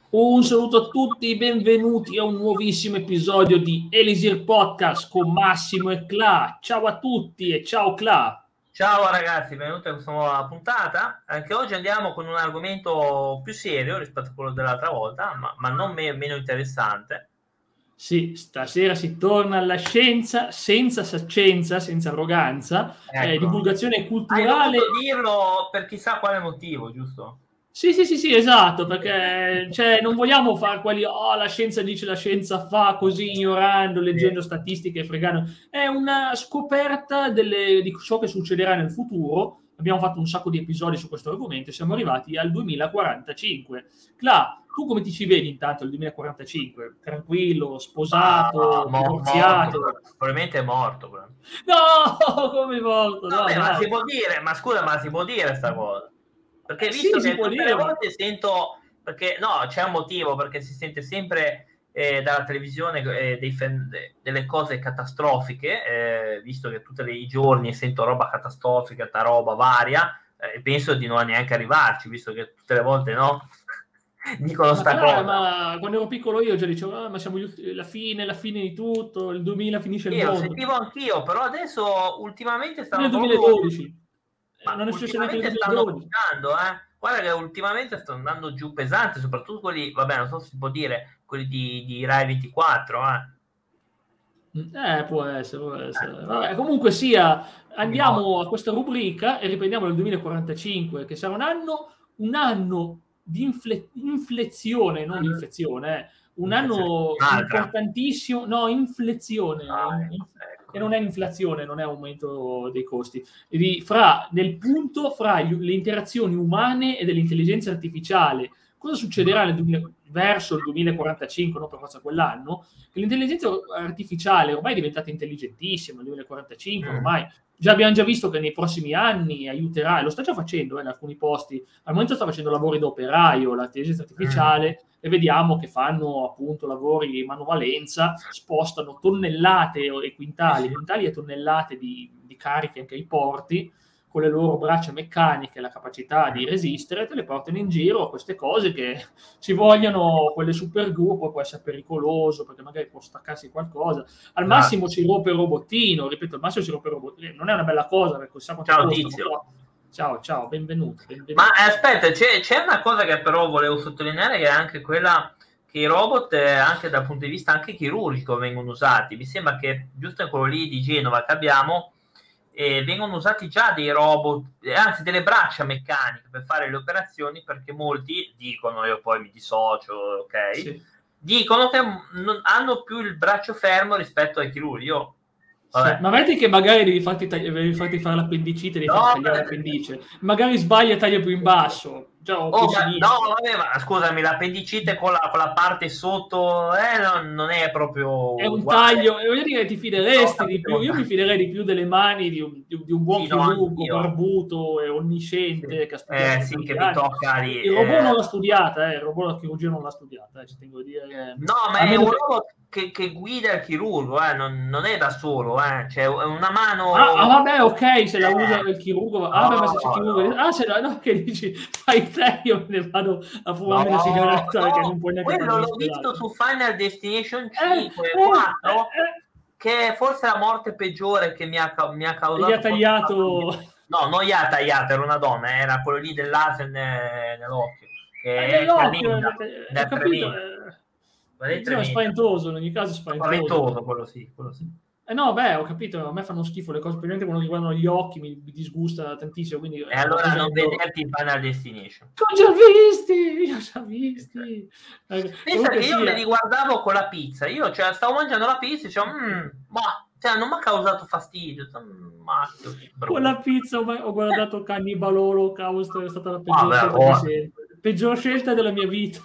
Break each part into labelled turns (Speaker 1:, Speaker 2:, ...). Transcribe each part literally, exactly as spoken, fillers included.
Speaker 1: Un saluto a tutti, benvenuti a un nuovissimo episodio di Elisir Podcast con Massimo e Cla. Ciao a tutti e ciao Cla.
Speaker 2: Ciao ragazzi, benvenuti a questa nuova puntata. Anche oggi andiamo con un argomento più serio rispetto a quello dell'altra volta, ma, ma non me- meno interessante.
Speaker 1: Sì, stasera si torna alla scienza senza saccenza, senza arroganza, eh,
Speaker 2: Ecco,
Speaker 1: divulgazione
Speaker 2: hai
Speaker 1: culturale.
Speaker 2: dovuto dirlo per chissà quale motivo, giusto?
Speaker 1: Sì, sì, sì, sì, esatto, perché cioè, non vogliamo fare quelli, oh, la scienza dice, la scienza fa, così ignorando, leggendo
Speaker 2: Sì.
Speaker 1: statistiche e fregando. È una scoperta delle, di ciò che succederà nel futuro. Abbiamo fatto un sacco di episodi su questo argomento e siamo arrivati al duemilaquarantacinque. Cla, tu come ti ci vedi intanto al duemilaquarantacinque? Tranquillo,
Speaker 2: Ma
Speaker 1: sposato,
Speaker 2: mo- morto,
Speaker 1: divorziato?
Speaker 2: probabilmente è morto. però.
Speaker 1: No, come morto? No,
Speaker 2: Vabbè, ma
Speaker 1: dai.
Speaker 2: si può dire, ma scusa, ma si può dire sta cosa? Perché
Speaker 1: Eh, sì,
Speaker 2: visto
Speaker 1: si
Speaker 2: che
Speaker 1: può
Speaker 2: tutte le
Speaker 1: dire, ma...
Speaker 2: volte sento, perché no, c'è un motivo, perché si sente sempre eh, dalla televisione eh, dei fen- de- delle cose catastrofiche, eh, visto che tutti i giorni sento roba catastrofica, ta roba varia, e eh, penso di non neanche arrivarci, visto che tutte le volte no, dicono
Speaker 1: Ma,
Speaker 2: sta
Speaker 1: clar-
Speaker 2: cosa.
Speaker 1: ma quando ero piccolo io già dicevo, "Ah, ma siamo gli ulti- la fine, la fine di tutto, il duemila finisce il
Speaker 2: Io lo
Speaker 1: mondo."
Speaker 2: sentivo anch'io, però adesso ultimamente
Speaker 1: Nel
Speaker 2: stanno proprio.
Speaker 1: duemiladodici. Eh,
Speaker 2: Ma
Speaker 1: non è successo neanche nel
Speaker 2: ultimamente stanno
Speaker 1: duemiladodici.
Speaker 2: puntando, eh. Guarda che ultimamente stanno andando giù pesante, soprattutto quelli, vabbè, non so se si può dire, quelli di, di Rai ventiquattro, eh.
Speaker 1: Eh, può essere, può essere.
Speaker 2: Eh,
Speaker 1: Vabbè, comunque sia,
Speaker 2: quindi no.
Speaker 1: andiamo a questa rubrica e riprendiamo nel duemilaquarantacinque, che sarà un anno, un anno di infle- inflezione, non infezione, eh. Un
Speaker 2: Inflazione.
Speaker 1: anno
Speaker 2: Un'altra.
Speaker 1: importantissimo, no, inflezione,
Speaker 2: Ah,
Speaker 1: in- in-
Speaker 2: ecco,
Speaker 1: e
Speaker 2: ecco.
Speaker 1: non è inflazione, non è aumento dei costi, di- fra, nel punto fra gli- le interazioni umane e dell'intelligenza artificiale. Cosa succederà nel duemila verso il duemilaquarantacinque, non per forza quell'anno? Che l'intelligenza artificiale ormai è diventata intelligentissima, nel duemilaquarantacinque
Speaker 2: Mm,
Speaker 1: ormai già abbiamo già visto che nei prossimi anni aiuterà, e lo sta già facendo eh, in alcuni posti, al momento sta facendo lavori da operaio, l'intelligenza
Speaker 2: mm.
Speaker 1: artificiale, e vediamo che fanno appunto lavori di manovalenza, spostano tonnellate e
Speaker 2: Sì,
Speaker 1: quintali,
Speaker 2: sì.
Speaker 1: quintali e tonnellate di, di cariche anche ai porti, con le loro braccia meccaniche, la capacità di resistere, te le portano in giro, queste cose che ci vogliono quelle super gru, poi può essere pericoloso perché magari può staccarsi qualcosa. Al
Speaker 2: Esatto.
Speaker 1: massimo ci rompe il robottino, ripeto, al massimo ci rompe il robottino, non è una bella cosa perché sa quanto
Speaker 2: Ciao
Speaker 1: costano,
Speaker 2: Tizio.
Speaker 1: però ciao, ciao, benvenuto,
Speaker 2: Ma
Speaker 1: benvenuto.
Speaker 2: eh, aspetta, c'è, c'è una cosa che però volevo sottolineare, che è anche quella che i robot, eh, anche dal punto di vista anche chirurgico, vengono usati. Mi sembra che, giusto in quello lì di Genova che abbiamo, eh, vengono usati già dei robot, eh, anzi delle braccia meccaniche per fare le operazioni, perché molti dicono, io poi mi dissocio, ok,
Speaker 1: Sì.
Speaker 2: dicono che non hanno più il braccio fermo rispetto ai chirurghi. Io,
Speaker 1: Sì,
Speaker 2: vabbè.
Speaker 1: ma vedi che magari devi farti, tagli- devi farti fare l'appendicite, devi farti
Speaker 2: No,
Speaker 1: tagliare l'appendice, magari sbagli e taglia più in basso, già o più
Speaker 2: oh,
Speaker 1: a
Speaker 2: ma, no,
Speaker 1: sinistra.
Speaker 2: vabbè, ma scusami, l'appendicite con la, con la parte sotto eh, non, non è
Speaker 1: È
Speaker 2: proprio
Speaker 1: un
Speaker 2: uguale.
Speaker 1: taglio, e voglio dire, ti
Speaker 2: Ho
Speaker 1: fideresti di
Speaker 2: capito,
Speaker 1: più.
Speaker 2: ho
Speaker 1: Io mi
Speaker 2: capito.
Speaker 1: fiderei di più delle mani di un, di, di un buon
Speaker 2: Sì, no,
Speaker 1: chirurgo
Speaker 2: anch'io.
Speaker 1: barbuto e
Speaker 2: Sì.
Speaker 1: onnisciente che ha studiato
Speaker 2: Eh,
Speaker 1: per
Speaker 2: sì, che
Speaker 1: tanti
Speaker 2: mi
Speaker 1: anni.
Speaker 2: tocca lì.
Speaker 1: Il robot non
Speaker 2: eh.
Speaker 1: l'ha studiata, eh, il robot la chirurgia non l'ha studiata, eh, ci tengo a dire che,
Speaker 2: No, ma
Speaker 1: a
Speaker 2: è
Speaker 1: meno
Speaker 2: un
Speaker 1: che...
Speaker 2: robot che, che guida il chirurgo, eh, non, non è da solo, eh. Cioè, è una
Speaker 1: Ah, ah,
Speaker 2: mano.
Speaker 1: vabbè, ok, se la usa
Speaker 2: Eh,
Speaker 1: il chirurgo. Ah, beh, ma
Speaker 2: no,
Speaker 1: se c'è il chirurgo...
Speaker 2: no.
Speaker 1: Ah, se la... No, che dici, fai te, io me ne vado a
Speaker 2: No,
Speaker 1: fumarmi una sigaretta perché non
Speaker 2: no,
Speaker 1: puoi neanche farmi
Speaker 2: quello l'ho
Speaker 1: l'ospedale.
Speaker 2: visto su Final Destination
Speaker 1: Eh,
Speaker 2: cinque,
Speaker 1: eh, eh,
Speaker 2: quattro, che è forse la morte peggiore che mi ha, ca- mi ha
Speaker 1: eh. Gli ha
Speaker 2: causato forse una follia.
Speaker 1: tagliato...
Speaker 2: No, non gli ha tagliato, era una donna, era quello lì del laser ne- nell'occhio,
Speaker 1: Eh,
Speaker 2: che è
Speaker 1: nell'occhio,
Speaker 2: tremenda,
Speaker 1: eh, ho
Speaker 2: è
Speaker 1: capito.
Speaker 2: tremenda,
Speaker 1: Eh,
Speaker 2: quella è
Speaker 1: insomma, è
Speaker 2: tremenda,
Speaker 1: spaventoso, in ogni caso è spaventoso.
Speaker 2: spaventoso quello sì, quello sì.
Speaker 1: Eh no, beh, ho capito, a me fanno schifo le cose, specialmente quando riguardano gli occhi, mi, mi disgusta tantissimo, quindi
Speaker 2: E
Speaker 1: è una
Speaker 2: allora
Speaker 1: cosa
Speaker 2: non
Speaker 1: che devo...
Speaker 2: vederti in Final Destination.
Speaker 1: Li ho già visti, li ho già visti. Eh,
Speaker 2: Pensa
Speaker 1: comunque
Speaker 2: che io me
Speaker 1: sia...
Speaker 2: li guardavo con la pizza, io cioè, stavo mangiando la pizza e dicevo, mmm, ma cioè, non mi ha causato fastidio, mm, macchio, che
Speaker 1: Con la
Speaker 2: brutto.
Speaker 1: pizza ho, mai- ho guardato Cannibal Holocaust, è stata la peggior
Speaker 2: Vabbè,
Speaker 1: scelta di
Speaker 2: oh,
Speaker 1: sempre. Peggior scelta della mia vita.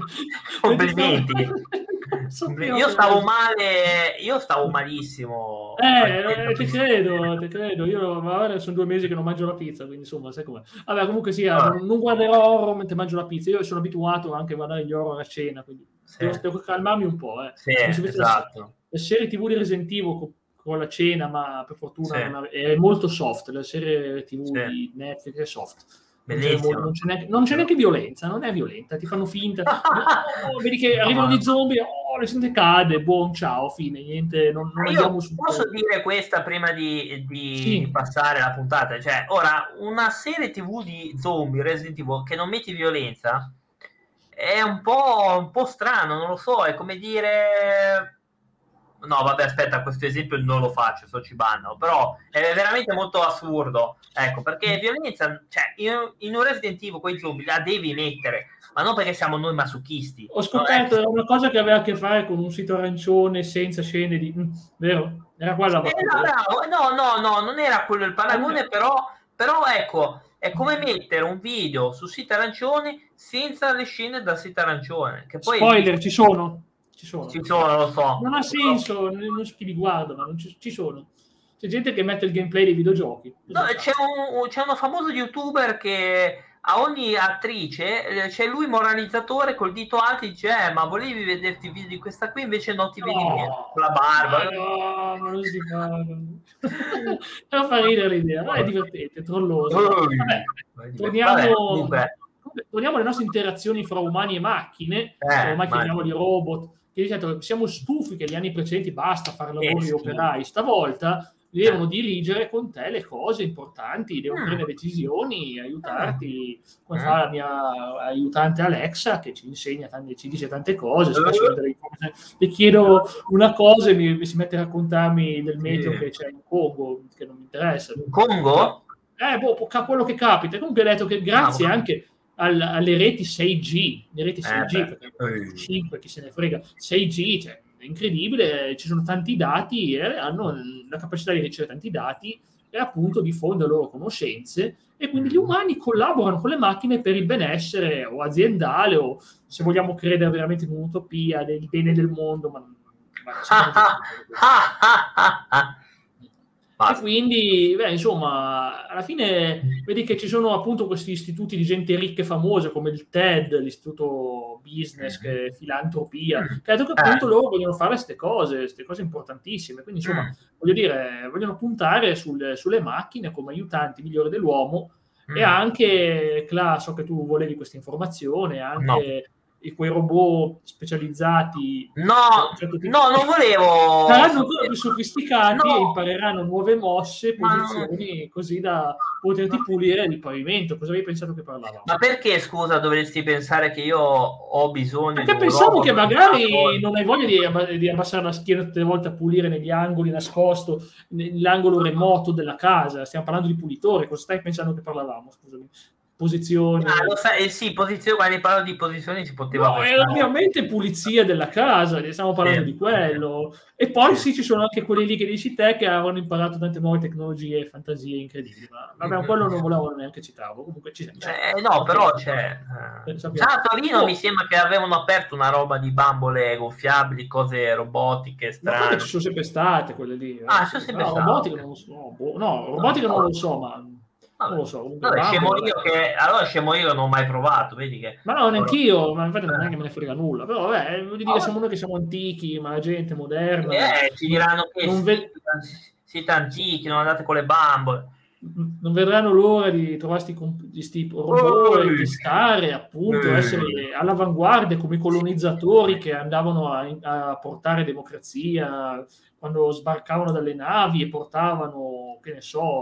Speaker 1: Vedi, stavo...
Speaker 2: complimenti.
Speaker 1: Non sapevo
Speaker 2: Io
Speaker 1: che...
Speaker 2: stavo male, io stavo malissimo al
Speaker 1: Eh, eh, te
Speaker 2: centro.
Speaker 1: credo, te credo. Io vabbè, sono due mesi che non mangio la pizza, quindi insomma, sai com'è. Vabbè, comunque sia,
Speaker 2: Vabbè,
Speaker 1: non, non guarderò horror mentre mangio la pizza. Io sono abituato anche a guardare gli horror a cena, quindi
Speaker 2: sì,
Speaker 1: devo, devo calmarmi un po', eh.
Speaker 2: sì,
Speaker 1: Mi sono visto la, se-
Speaker 2: esatto,
Speaker 1: la serie T V di Resident Evil co- con, la cena, ma per fortuna
Speaker 2: sì,
Speaker 1: non ave- è molto soft. La serie T V
Speaker 2: sì.
Speaker 1: di Netflix è soft. Non c'è, molto, non, c'è neanche, non c'è neanche violenza, non è violenta, ti fanno finta. Oh, vedi che arrivano gli zombie, oh, la gente cade, buon ciao, fine, niente, non, non
Speaker 2: Io
Speaker 1: andiamo su.
Speaker 2: Posso dire questa prima di, di,
Speaker 1: Sì.
Speaker 2: di passare la puntata? Cioè, ora, una serie tivù di zombie, Resident Evil, che non metti violenza, è un po', un po' strano, non lo so, è come dire... No, vabbè, aspetta, questo esempio non lo faccio, so ci bannano, però è veramente molto assurdo, ecco, perché violenza, cioè, in, in un Resident Evil quei zombie la devi mettere, ma non perché siamo noi masochisti.
Speaker 1: Ho scoperto, no, era una cosa che aveva a che fare con un sito arancione senza scene di... Mm, vero? Era quella la
Speaker 2: eh,
Speaker 1: battuta.
Speaker 2: no, no, no, no, non era quello il paragone, però, però ecco, è come mettere un video su sito arancione senza le scene dal sito arancione. Che poi
Speaker 1: spoiler, ci sono. Ci sono.
Speaker 2: Ci sono, lo so.
Speaker 1: Non ha senso, non so chi li guarda, ma non ci, ci sono. C'è gente che mette il gameplay dei videogiochi.
Speaker 2: No, c'è, un, c'è uno famoso youtuber che a ogni attrice c'è lui moralizzatore col dito alto e dice eh, ma volevi vederti il video di questa qui, invece non ti vedi niente
Speaker 1: no,
Speaker 2: con la barba.
Speaker 1: No, ma non si fa. Non fa ridere l'idea, ma è divertente, è trolloso. Vabbè, torniamo,
Speaker 2: Vabbè,
Speaker 1: torniamo alle nostre interazioni fra umani e macchine,
Speaker 2: eh,
Speaker 1: ormai
Speaker 2: ma...
Speaker 1: chiamiamoli robot. Che diciamo, siamo stufi che gli anni precedenti basta fare lavori
Speaker 2: eh,
Speaker 1: operai, stavolta devono dirigere con te le cose importanti, devono mm. prendere decisioni, aiutarti, come mm. fa la mia aiutante Alexa che ci insegna, tante, ci dice tante cose, spesso uh. le chiedo una cosa e mi, mi si mette a raccontarmi del meteo sì. che c'è in Congo, che non mi interessa.
Speaker 2: In Congo?
Speaker 1: Eh, boh, quello che capita. Comunque ha detto che grazie ah, anche al, alle reti sei G, le reti sei G, eh, perché cinque, chi se ne frega, sei G, cioè, è incredibile, ci sono tanti dati e hanno la capacità di ricevere tanti dati e appunto diffondere le loro conoscenze e quindi gli umani collaborano con le macchine per il benessere o aziendale o se vogliamo credere veramente in un'utopia del bene del mondo, ma, ma e quindi, beh, insomma, alla fine vedi che ci sono appunto questi istituti di gente ricca e famosa come il TED, l'istituto business, che è filantropia, che ha detto che appunto loro vogliono fare queste cose, queste cose importantissime. Quindi, insomma, voglio dire, vogliono puntare sul, sulle macchine come aiutanti migliori dell'uomo e anche, Cla, so che tu volevi questa informazione, anche... No. E quei robot specializzati
Speaker 2: no, certo no non volevo
Speaker 1: saranno ancora più sofisticati no. e impareranno nuove mosse, posizioni no. così da poterti pulire il pavimento. Cosa avevi pensato che parlavamo?
Speaker 2: Ma perché, scusa, dovresti pensare che io ho bisogno
Speaker 1: perché
Speaker 2: di
Speaker 1: pensavo che magari non hai voglia di, di abbassare la schiena tutte le volte a pulire negli angoli nascosto nell'angolo remoto della casa. Stiamo parlando di pulitore, cosa stai pensando che parlavamo? Scusami. Posizioni.
Speaker 2: Ah, lo sai, eh sì, posizioni, quando parlo di posizioni si poteva...
Speaker 1: No, era ovviamente pulizia della casa, stiamo parlando sì. di quello. E poi sì. sì, ci sono anche quelli lì che dici te che avevano imparato tante nuove tecnologie e fantasie incredibili. Ma vabbè, mm-hmm. quello non volevo neanche citarlo. Comunque ci siamo.
Speaker 2: Eh, no, però c'è... Eh, già a Torino oh. mi sembra che avevano aperto una roba di bambole gonfiabili, cose robotiche strane.
Speaker 1: Ma ci sono sempre state quelle lì.
Speaker 2: Ah, ci sono sempre
Speaker 1: no,
Speaker 2: state.
Speaker 1: Robotica non lo so. No, no robotica no. non lo so, ma...
Speaker 2: Vabbè.
Speaker 1: Non lo so.
Speaker 2: Vabbè, scemo io che allora scemo io non ho mai provato, vedi che.
Speaker 1: Ma no, neanch'io, ma infatti non è che me ne frega nulla. Però vabbè, vuol dire, oh. siamo noi che siamo antichi, ma la gente moderna.
Speaker 2: Eh, ci diranno che
Speaker 1: non
Speaker 2: ve... siete antichi, non andate con le bambole.
Speaker 1: Non vedranno l'ora di trovarsi con questi robot e di stare appunto, essere all'avanguardia come i colonizzatori che andavano a, a portare democrazia quando sbarcavano dalle navi e portavano, che ne so,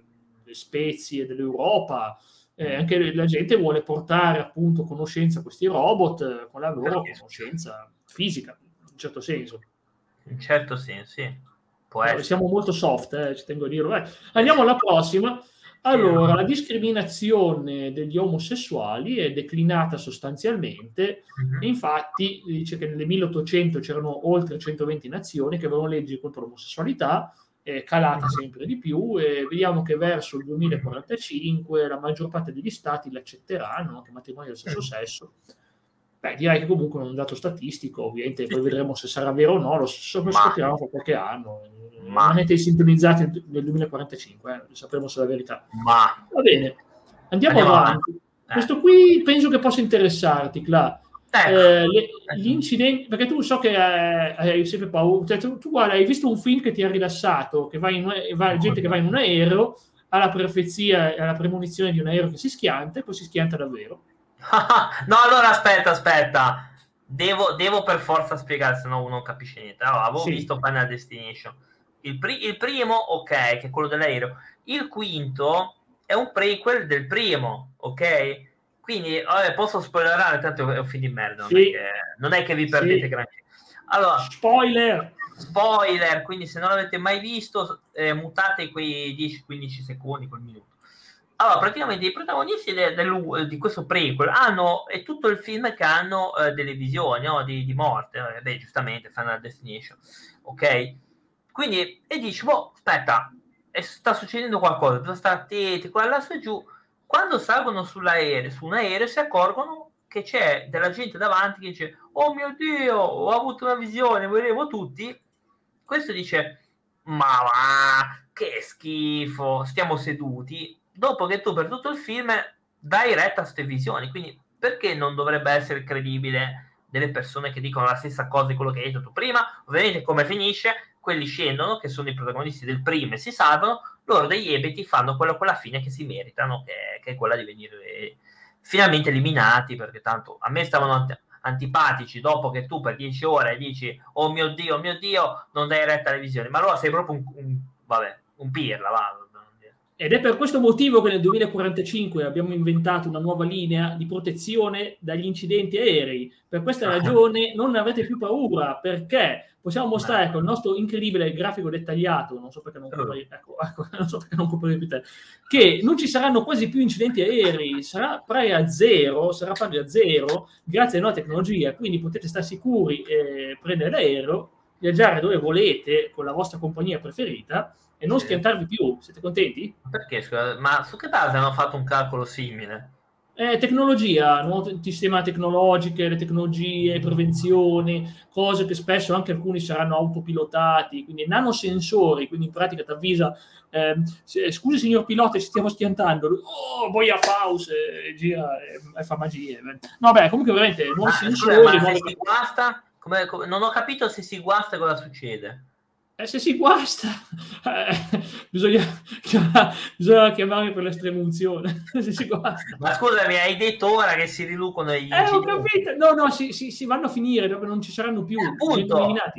Speaker 1: le spezie dell'Europa. Eh, anche la gente vuole portare appunto conoscenza a questi robot con la loro conoscenza fisica, in un certo senso.
Speaker 2: In un certo senso, sì.
Speaker 1: No, siamo molto soft, eh, ci tengo a dirlo. Eh. Andiamo alla prossima. Allora, la discriminazione degli omosessuali è declinata sostanzialmente. Mm-hmm. Infatti, dice che nel milleottocento c'erano oltre centoventi nazioni che avevano leggi contro l'omosessualità, eh, calata sempre di più, e vediamo che verso il duemilaquarantacinque la maggior parte degli stati l'accetteranno, anche matrimoni del stesso sesso. Beh, direi che comunque è un dato statistico, ovviamente poi vedremo se sarà vero o no, lo scopriremo fra qualche anno. Ma rimanete sintonizzati nel duemilaquarantacinque, eh, sapremo se è la verità.
Speaker 2: Ma
Speaker 1: va bene, andiamo, andiamo avanti. avanti. Eh. Questo qui penso che possa interessarti, Cla.
Speaker 2: Ecco.
Speaker 1: Eh, le, gli incidenti, perché tu so che eh, hai sempre paura, cioè, tu, tu guarda, hai visto un film che ti ha rilassato, che vai in, va, gente che va in un aereo, alla profezia e alla premonizione di un aereo che si schianta, e poi si schianta davvero.
Speaker 2: No, allora aspetta, aspetta. Devo, devo per forza spiegare, se no uno non capisce niente. Allora, avevo
Speaker 1: Sì.
Speaker 2: visto Final Destination. Il, pri- il primo, ok, che è quello dell'aereo. Il quinto è un prequel del primo, ok? Quindi, vabbè, posso spoilerare, tanto è un film di merda,
Speaker 1: Sì.
Speaker 2: non, è che, non è che vi perdete
Speaker 1: Sì.
Speaker 2: granché. Allora,
Speaker 1: spoiler!
Speaker 2: Spoiler, quindi se non l'avete mai visto, eh, mutate quei dieci quindici secondi, quel minuto. Allora, praticamente i protagonisti de, de, di questo prequel hanno, è tutto il film che hanno eh, delle visioni, no? di, di morte, eh, beh, giustamente, Final Destination, ok? Quindi, e dici, boh, aspetta, e sta succedendo qualcosa, bisogna stare attenti, qua, là, su e giù. Quando salgono sull'aereo, su un aereo, si accorgono che c'è della gente davanti che dice, oh mio Dio, ho avuto una visione, volevo tutti. Questo dice, ma va, che schifo, stiamo seduti. Dopo che tu per tutto il film dai retta a queste visioni, quindi perché non dovrebbe essere credibile delle persone che dicono la stessa cosa di quello che hai detto tu prima? Ovviamente come finisce? Quelli scendono, che sono i protagonisti del primo e si salvano, loro degli ebeti fanno quella, quella fine che si meritano, che, che è quella di venire eh, finalmente eliminati, perché tanto a me stavano ant- antipatici dopo che tu per dieci ore dici oh mio Dio, oh mio Dio, non dai retta alle visioni, ma allora sei proprio un, un vabbè, un pirla, va.
Speaker 1: Ed è per questo motivo che nel duemilaquarantacinque abbiamo inventato una nuova linea di protezione dagli incidenti aerei. Per questa ragione non ne avete più paura, perché possiamo mostrare con il nostro incredibile grafico dettagliato, non so perché non compari, ecco, ecco, non so perché non compari più te, che non ci saranno quasi più incidenti aerei, sarà pari a zero, sarà pari a zero grazie alla nuova tecnologia, quindi potete stare sicuri e prendere l'aereo, viaggiare dove volete con la vostra compagnia preferita e non sì. schiantarvi più. Siete contenti?
Speaker 2: Perché? Scusa, ma su che base hanno fatto un calcolo simile?
Speaker 1: Eh, tecnologia, nuovo sistema tecnologiche, le tecnologie, prevenzioni, cose che spesso anche alcuni saranno autopilotati, quindi nanosensori, quindi in pratica ti avvisa eh, se, scusi signor pilota ci stiamo schiantando, oh voi a pause, gira e, e fa magie. No beh, comunque veramente non
Speaker 2: ah,
Speaker 1: sensori.
Speaker 2: Scusa, ma se si guasta, come, come, non ho capito se si guasta cosa succede.
Speaker 1: Eh, se si guasta eh, bisogna, bisogna chiamare per l'estrema unzione. Se si guasta.
Speaker 2: Ma scusami, hai detto ora che si riducono gli
Speaker 1: eh ho capito, no no si, si, si vanno a finire dopo, non ci saranno più
Speaker 2: appunto
Speaker 1: eliminati.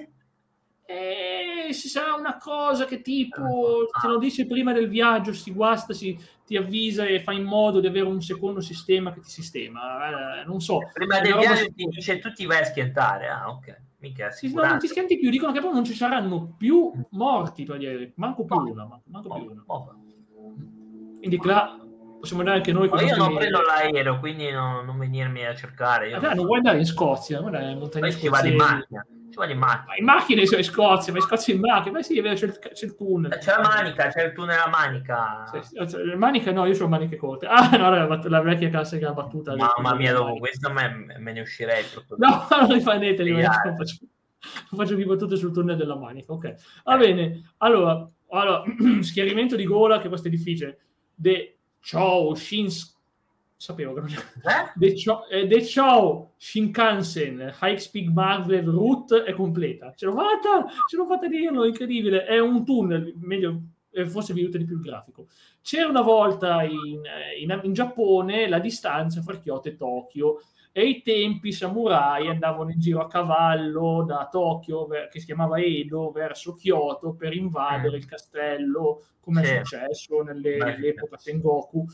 Speaker 1: E si sarà una cosa che tipo te lo dice prima del viaggio, si guasta, si, ti avvisa e fa in modo di avere un secondo sistema che ti sistema, eh, non so,
Speaker 2: prima del viaggio ti dice tu ti vai a schiantare. Ah ok.
Speaker 1: Sì, no, non ti schianti più, dicono che poi non ci saranno più morti per gli aerei, manco più una, manco più una. Quindi là possiamo andare anche noi.
Speaker 2: Ma io non prendo l'aereo, quindi non, non venirmi a cercare. Io
Speaker 1: ah, non, non vuoi andare in Scozia, non è montagna
Speaker 2: ci vado in macchina, ci vado in macchina.
Speaker 1: Ma in macchina sei in Scozia, ma in Scozia in macchina, ma sì, c'è il, c'è il tunnel.
Speaker 2: C'è la manica, c'è il tunnel a manica.
Speaker 1: Sì, sì, manica no, io ho maniche corte. Ah no, la, la vecchia classica battuta.
Speaker 2: Mamma mia, dopo questa me, me ne uscirei proprio.
Speaker 1: No, non rifai niente, non faccio, non faccio più battute sul tunnel della manica, ok. Va bene, allora, allora schiarimento di gola, che questo è difficile. De Chou Shins sapevo che non c'era. De Chou, eh, De Chou Shinkansen High Speed Maglev Route è completa. Ce l'ho fatta, ce l'ho fatta dirlo, incredibile. È un tunnel, meglio, forse vi aiuta di più il grafico. C'era una volta in, in, in Giappone la distanza fra Kyoto e Tokyo, e ai tempi i samurai andavano in giro a cavallo da Tokyo, che si chiamava Edo, verso Kyoto per invadere mm. il castello, come sì. è successo nelle, nell'epoca Sengoku.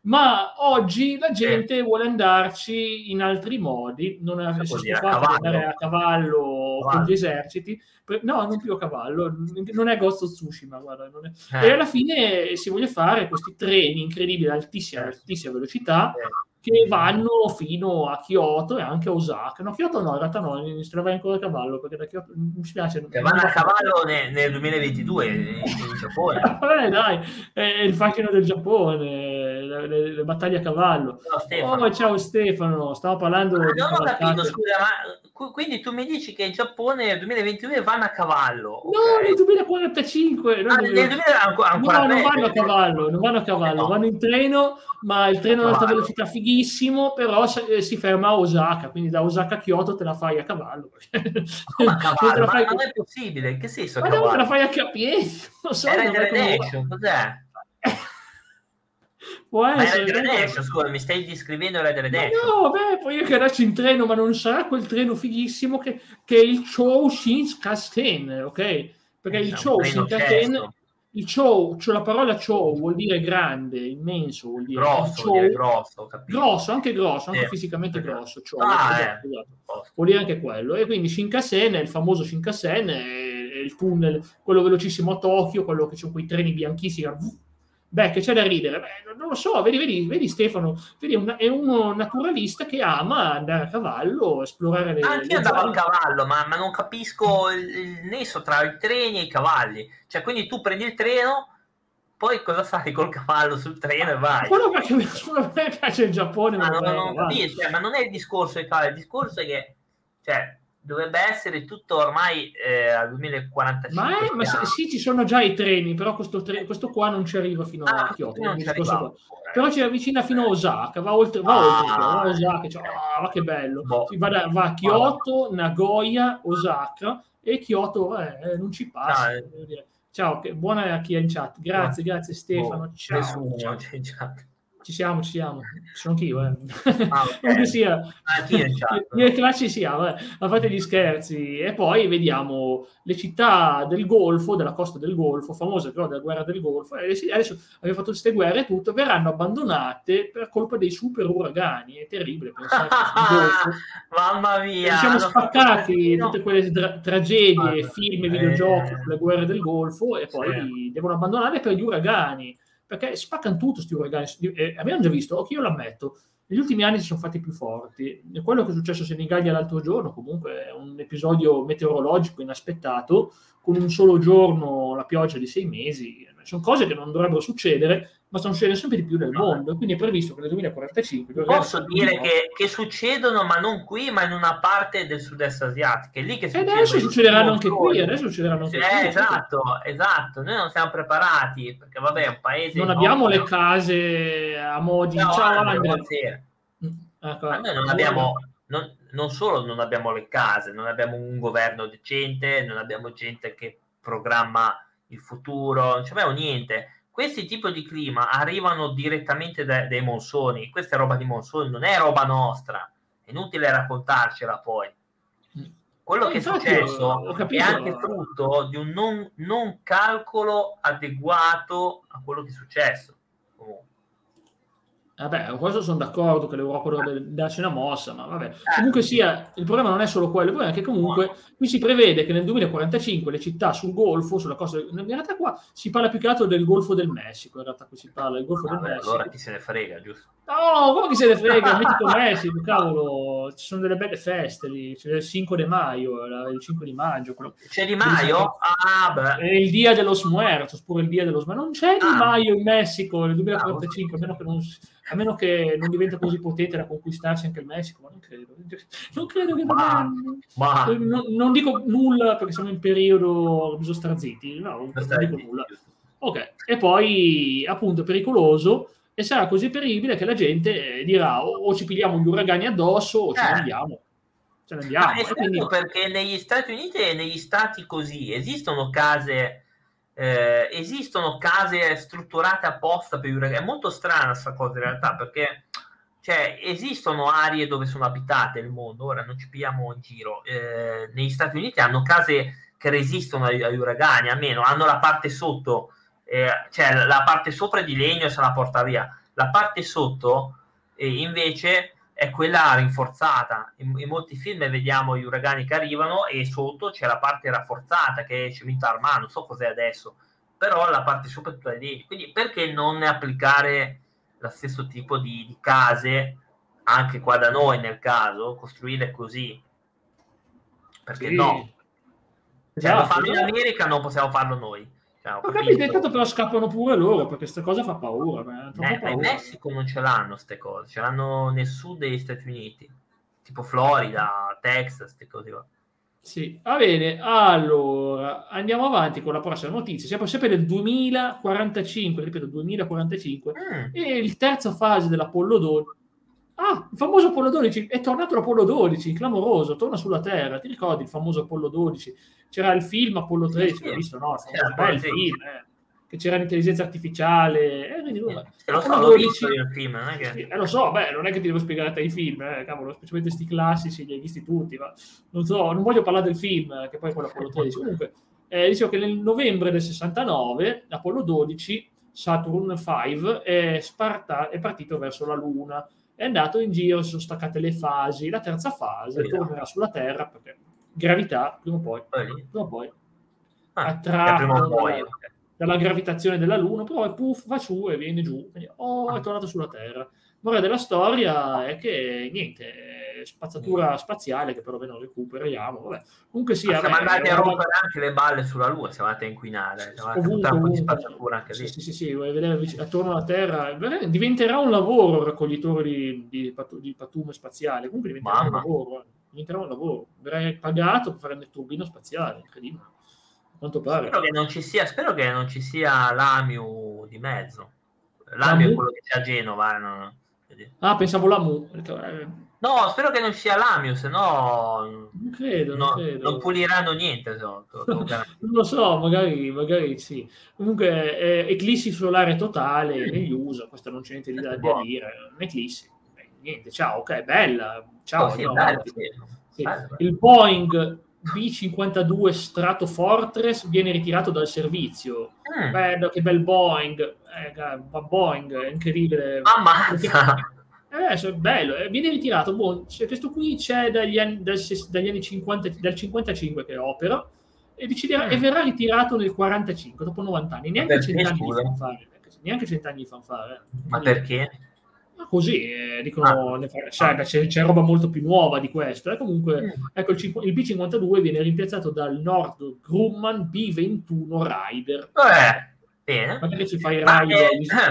Speaker 1: Ma oggi la gente sì. vuole andarci in altri modi, non è stufato di andare a cavallo, cavallo con gli eserciti, no, non più a cavallo, non è Ghost of Tsushima, guarda, non è. Eh. E alla fine si vuole fare questi treni incredibili, altissima, altissima velocità, eh. che vanno fino a Kyoto e anche a Osaka. No, Kyoto no, in realtà no, se la vai ancora a cavallo, perché da Kyoto mi spiace.
Speaker 2: Che vanno a cavallo nel, nel duemilaventidue in Giappone.
Speaker 1: eh, dai, è il fascino del Giappone, le, le, le battaglie a cavallo.
Speaker 2: No,
Speaker 1: oh, ciao Stefano, stavo parlando
Speaker 2: ah,
Speaker 1: di
Speaker 2: non ho capito, scusa, ma quindi tu mi dici che in Giappone nel duemilaventidue vanno a cavallo?
Speaker 1: No, okay. Nel duemilaquarantacinque.
Speaker 2: Ah, nel duemila ancora, ancora
Speaker 1: no, non vanno a cavallo, non vanno a cavallo, no. Vanno in treno, ma il treno ad alta velocità fighissimo, però si ferma a Osaka, quindi da Osaka a Kyoto te la fai a cavallo.
Speaker 2: Come a cavallo? Non, ma non è possibile, in che senso?
Speaker 1: Ma non te la fai a piedi, non so.
Speaker 2: Era in Redemption, cos'è?
Speaker 1: Può
Speaker 2: Ma
Speaker 1: essere,
Speaker 2: Red
Speaker 1: no?
Speaker 2: Redemption, scusa, mi stai descrivendo Red
Speaker 1: Ma
Speaker 2: Redemption?
Speaker 1: no, beh, poi io che adesso in treno, ma non sarà quel treno fighissimo che, che è il Chou Shinkansen, ok? Perché il
Speaker 2: È un
Speaker 1: Chou
Speaker 2: treno
Speaker 1: Shinkansen,
Speaker 2: cesso,
Speaker 1: il Chou, cioè la parola Chou vuol dire grande, immenso vuol dire, quindi
Speaker 2: grosso, vuol dire
Speaker 1: Chou,
Speaker 2: grosso, ho capito.
Speaker 1: grosso, anche grosso,
Speaker 2: Sì,
Speaker 1: anche fisicamente
Speaker 2: perché-
Speaker 1: grosso, Chou,
Speaker 2: Ah,
Speaker 1: esatto,
Speaker 2: eh,
Speaker 1: esatto.
Speaker 2: posto.
Speaker 1: Vuol dire anche quello. E quindi Shinkansen è il famoso Shinkansen, è, è il tunnel, quello velocissimo a Tokyo, quello che c'è quei treni bianchissimi. Beh, che c'è da ridere? Beh, non lo so, vedi, vedi, vedi Stefano, vedi, è, una- è uno naturalista che ama andare a cavallo, esplorare le,
Speaker 2: Anche io
Speaker 1: le
Speaker 2: andavo a
Speaker 1: zone.
Speaker 2: cavallo, ma, ma non capisco il, il nesso tra i treni e i cavalli. Cioè, quindi tu prendi il treno, poi cosa fai col cavallo sul treno e vai?
Speaker 1: Quello perché quello che mi piace il Giappone,
Speaker 2: Ma
Speaker 1: me lo
Speaker 2: non,
Speaker 1: fai a
Speaker 2: non
Speaker 1: cavallo.
Speaker 2: capisco, cioè, ma non è il discorso dei cavalli, il discorso è che cioè, dovrebbe essere tutto ormai eh, al
Speaker 1: Ma,
Speaker 2: duemilaquarantacinque
Speaker 1: è, ma se-
Speaker 2: siamo.
Speaker 1: sì, ci sono già i treni, però questo, tre- questo qua non ci arriva fino
Speaker 2: Ah,
Speaker 1: a
Speaker 2: questo
Speaker 1: Kyoto,
Speaker 2: qui non
Speaker 1: il
Speaker 2: ci
Speaker 1: discorso
Speaker 2: arrivava
Speaker 1: qua.
Speaker 2: ancora.
Speaker 1: Però ci
Speaker 2: Eh.
Speaker 1: avvicina fino a Osaka, va oltre, va oltre Kyoto, va a
Speaker 2: Ah,
Speaker 1: Osaka, cioè,
Speaker 2: eh.
Speaker 1: ah, ma che bello.
Speaker 2: Boh.
Speaker 1: Si va, da- va a
Speaker 2: Vabbè.
Speaker 1: Kyoto, Nagoya, Osaka e Kyoto eh, non ci
Speaker 2: Ciao,
Speaker 1: passi.
Speaker 2: eh.
Speaker 1: Devo dire. Ciao, che, buona a chi è in chat.
Speaker 2: Boh.
Speaker 1: Grazie, grazie
Speaker 2: Boh.
Speaker 1: Stefano. Ciao,
Speaker 2: Nessuno
Speaker 1: ciao.
Speaker 2: c'è in chat.
Speaker 1: Ci siamo, ci siamo. Ci sono anch'io, eh.
Speaker 2: Ah, ok.
Speaker 1: Comunque sia,
Speaker 2: Anch'io in chat,
Speaker 1: io e
Speaker 2: però.
Speaker 1: Clacci sì, ah, vabbè, a parte gli scherzi. E poi vediamo le città del Golfo, della costa del Golfo, famose però della guerra del Golfo. E sì, adesso abbiamo fatto queste guerre e tutto, verranno abbandonate per colpa dei super uragani. È terribile pensare che sul Golfo
Speaker 2: Mamma
Speaker 1: ci
Speaker 2: mia,
Speaker 1: siamo
Speaker 2: hanno fatto un
Speaker 1: spaccati
Speaker 2: casino.
Speaker 1: tutte quelle dra- tragedie,
Speaker 2: Guarda,
Speaker 1: film e videogiochi
Speaker 2: eh,
Speaker 1: sulle guerre del Golfo e
Speaker 2: sì.
Speaker 1: poi devono abbandonare per gli uragani, perché spaccano tutto sti uragani. Eh, abbiamo già visto, ok, io l'ammetto, negli ultimi anni si sono fatti più forti. E quello che è successo a Senigallia l'altro giorno comunque è un episodio meteorologico inaspettato, con un solo giorno la pioggia di sei mesi. Sono cose che non dovrebbero succedere, ma stanno succedendo sempre di più nel mondo. Quindi è previsto che nel duemilaquarantacinque gli uragani
Speaker 2: Posso
Speaker 1: saranno
Speaker 2: dire
Speaker 1: di nuovo.
Speaker 2: che, che succedono, ma non qui, ma in una parte del sud-est asiatico. È lì che
Speaker 1: E adesso
Speaker 2: succedono i
Speaker 1: succederanno anche qui,
Speaker 2: monsoni.
Speaker 1: adesso succederanno
Speaker 2: Sì,
Speaker 1: anche
Speaker 2: eh,
Speaker 1: qui.
Speaker 2: esatto, esatto. Noi non siamo preparati, perché vabbè, è un paese
Speaker 1: Non
Speaker 2: il
Speaker 1: abbiamo
Speaker 2: nostro.
Speaker 1: le case a mo' di
Speaker 2: Ciao
Speaker 1: ciao
Speaker 2: Andre,
Speaker 1: Andre.
Speaker 2: buonasera.
Speaker 1: Mm,
Speaker 2: Ma
Speaker 1: ecco,
Speaker 2: noi non
Speaker 1: buona.
Speaker 2: abbiamo, non, non solo non abbiamo le case, non abbiamo un governo decente, non abbiamo gente che programma il futuro, non abbiamo niente. Questi tipi di clima arrivano direttamente da, dai monsoni. Questa è roba di monsoni, non è roba nostra. È inutile raccontarcela poi. Quello
Speaker 1: Eh,
Speaker 2: che è
Speaker 1: infatti ho,
Speaker 2: successo
Speaker 1: ho
Speaker 2: è anche
Speaker 1: capito.
Speaker 2: frutto di un non, non calcolo adeguato a quello che è successo. Comunque.
Speaker 1: Vabbè, questo sono d'accordo che l'Europa dovrebbe darci una mossa, ma vabbè.
Speaker 2: Eh,
Speaker 1: Comunque sia, il problema non è solo quello, il problema è che comunque qui si prevede che nel duemilaquarantacinque le città sul Golfo, sulla costa, in realtà qua si parla più che altro del Golfo del Messico, in realtà qui si parla del Golfo del
Speaker 2: vabbè,
Speaker 1: Messico.
Speaker 2: allora chi se ne frega, giusto?
Speaker 1: No, come che se ne frega, il mitico Messico, cavolo, ci sono delle belle feste lì, c'è il cinque di maio, il cinque di maggio. Quello,
Speaker 2: C'è Di Maio? Ah, beh.
Speaker 1: è il Dia de los Muertos, pure il Dia de los Muertos. Non c'è Di
Speaker 2: Ah.
Speaker 1: Maio in Messico nel duemilaquarantacinque,
Speaker 2: Ah,
Speaker 1: a meno che non, a meno che non diventa così potente da conquistarsi anche il Messico, ma non credo. Non credo che
Speaker 2: Ma, ma.
Speaker 1: non, non dico nulla perché siamo in periodo, bisogna stare zitti, no, non, non dico
Speaker 2: Zitti,
Speaker 1: nulla.
Speaker 2: giusto.
Speaker 1: Ok, e poi appunto è pericoloso e sarà così terribile che la gente eh, dirà o, o ci pigliamo gli uragani addosso o ce ne
Speaker 2: Eh.
Speaker 1: andiamo. Ce ne andiamo.
Speaker 2: Ma è
Speaker 1: E
Speaker 2: strano
Speaker 1: quindi...
Speaker 2: perché negli Stati Uniti e negli stati così esistono case, eh, esistono case strutturate apposta per i uragani. È molto strana questa cosa in realtà perché cioè, esistono aree dove sono abitate nel mondo, ora non ci pigliamo in giro. Eh, negli Stati Uniti hanno case che resistono agli, agli uragani, almeno hanno la parte sotto, eh, cioè la parte sopra è di legno e se la porta via. La parte sotto eh, invece è quella rinforzata. In, in molti film vediamo gli uragani che arrivano e sotto c'è la parte rafforzata che è cemento armato, non so cos'è adesso, però la parte sopra è tutta di legno. Quindi perché non applicare lo stesso tipo di, di case anche qua da noi nel caso, costruire così? Perché
Speaker 1: Sì.
Speaker 2: no? Cioè,
Speaker 1: Esatto,
Speaker 2: lo fanno in
Speaker 1: esatto.
Speaker 2: America, non possiamo farlo noi. Cioè, ho
Speaker 1: Ho
Speaker 2: capito.
Speaker 1: capito, intanto però scappano pure loro perché questa cosa fa paura. eh, troppo
Speaker 2: Eh, ma in
Speaker 1: paura.
Speaker 2: Messico non ce l'hanno queste cose, ce l'hanno nel sud degli Stati Uniti, tipo Florida, Texas, queste cose qua.
Speaker 1: Sì, va bene. Allora, andiamo avanti con la prossima notizia. Siamo sempre nel duemilaquarantacinque, ripeto, duemilaquarantacinque.
Speaker 2: Mm.
Speaker 1: E il terza fase dell'Apollo dodici. Ah, il famoso Apollo dodici. È tornato l'Apollo dodici, clamoroso, torna sulla Terra. Ti ricordi il famoso Apollo dodici? C'era il film Apollo tredici,
Speaker 2: Sì, sì.
Speaker 1: l'hai visto? No, il
Speaker 2: C'era
Speaker 1: famoso bel
Speaker 2: Apollo tredici.
Speaker 1: film, eh. che c'era l'intelligenza artificiale, e quindi, vabbè.
Speaker 2: Eh, lo so,
Speaker 1: Apollo
Speaker 2: l'ho visto
Speaker 1: dodici,
Speaker 2: io il film, non è che...
Speaker 1: sì, eh, lo so, beh, non è che ti devo spiegare a te i film, eh, cavolo, specialmente sti classici, li hai visti tutti, ma non so, non voglio parlare del film, eh, che poi è quello Apollo tredici. Comunque, eh, dicevo che nel novembre del sessantanove, Apollo dodici, Saturn cinque, è, sparta- è partito verso la Luna, è andato in giro, si sono staccate le fasi, la terza fase tornerà sulla Terra, perché gravità, prima o poi, prima o poi
Speaker 2: Ah,
Speaker 1: attratto
Speaker 2: poi,
Speaker 1: dalla, dalla gravitazione della Luna, però puff, va su e viene giù, quindi, oh, è tornato sulla Terra. Morale della storia è che niente, spazzatura spaziale che però non recuperiamo, vabbè. Comunque sia,
Speaker 2: siamo
Speaker 1: beh,
Speaker 2: andati a
Speaker 1: roba...
Speaker 2: rompere anche le balle sulla Luna, siamo andati a inquinare, siamo andati
Speaker 1: ovunque,
Speaker 2: a buttare un po' di
Speaker 1: ovunque.
Speaker 2: spazzatura anche lì.
Speaker 1: Sì, sì, sì, sì, vedere attorno alla Terra, diventerà un lavoro il raccoglitore di, di, patu, di patume spaziale, comunque diventerà Mamma. un lavoro, eh. diventerà un lavoro, verrai pagato per fare il turbino spaziale, incredibile. Quanto pare.
Speaker 2: Spero che non ci sia, spero che non ci sia l'Amiu di mezzo. L'Amiu è quello che c'è a Genova. No?
Speaker 1: Ah, pensavo l'Amu.
Speaker 2: No, spero che non sia l'Amiu, se no
Speaker 1: non credo,
Speaker 2: no,
Speaker 1: non, credo.
Speaker 2: non puliranno niente. No,
Speaker 1: non lo so, magari, magari sì. Comunque, eh, eclissi solare totale mm. negli U S A, questo non c'è niente di da, da dire. Un'eclissi, Beh, niente, ciao, ok, bella. Ciao,
Speaker 2: oh, sì,
Speaker 1: no,
Speaker 2: bello, sì.
Speaker 1: Sì.
Speaker 2: Bello, bello.
Speaker 1: Il Boeing B cinquantadue Strato Fortress viene ritirato dal servizio. Mm. Bello, che bel Boeing, eh, Boeing, è incredibile.
Speaker 2: Ammazza!
Speaker 1: Eh, è bello, eh, viene ritirato. Boh, cioè, questo qui c'è dagli anni, dal, dagli anni cinquanta, dal cinquantacinque che opera e, deciderà, mm. e verrà ritirato nel quarantacinque, dopo novanta anni. Neanche cent'anni di fanfare. Neanche cent'anni di fanfare.
Speaker 2: Ma perché?
Speaker 1: Ma così, eh, dicono, ah. cioè, beh, c'è, c'è roba molto più nuova di questo. Eh. Comunque, mm. ecco, il, il B cinquantadue viene rimpiazzato dal Nord Grumman B ventuno Raider.
Speaker 2: Eh, bene.
Speaker 1: Ma perché ci fai i Raider?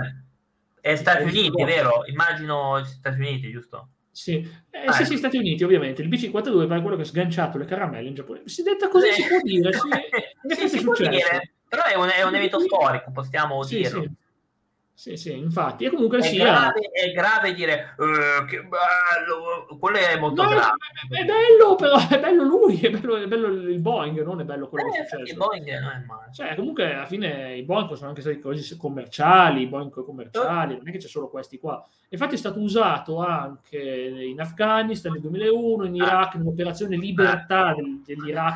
Speaker 2: È Stati Uniti, vero? Immagino Stati Uniti, giusto?
Speaker 1: Sì. Eh, ah, sì, sì, Stati Uniti, ovviamente. Il B cinquantadue è quello che ha sganciato le caramelle in Giappone. Si detta così, sì. si può dire. Sì,
Speaker 2: sì, si può dire, però è un, è un evento storico, possiamo
Speaker 1: sì,
Speaker 2: dirlo.
Speaker 1: Sì. Sì, sì, infatti. E comunque
Speaker 2: è,
Speaker 1: sia...
Speaker 2: grave, è grave dire uh, che bello, quello è molto
Speaker 1: no,
Speaker 2: grave.
Speaker 1: È, è bello, però è bello lui, è bello, è bello il Boeing, non è bello quello eh, che è successo.
Speaker 2: Il Boeing non è male.
Speaker 1: Cioè, comunque, alla fine i Boeing sono anche stati cose commerciali, i Boeing commerciali, non è che c'è solo questi qua. Infatti è stato usato anche in Afghanistan nel duemilauno, in Iraq, nell'operazione Libertà del, dell'Iraq.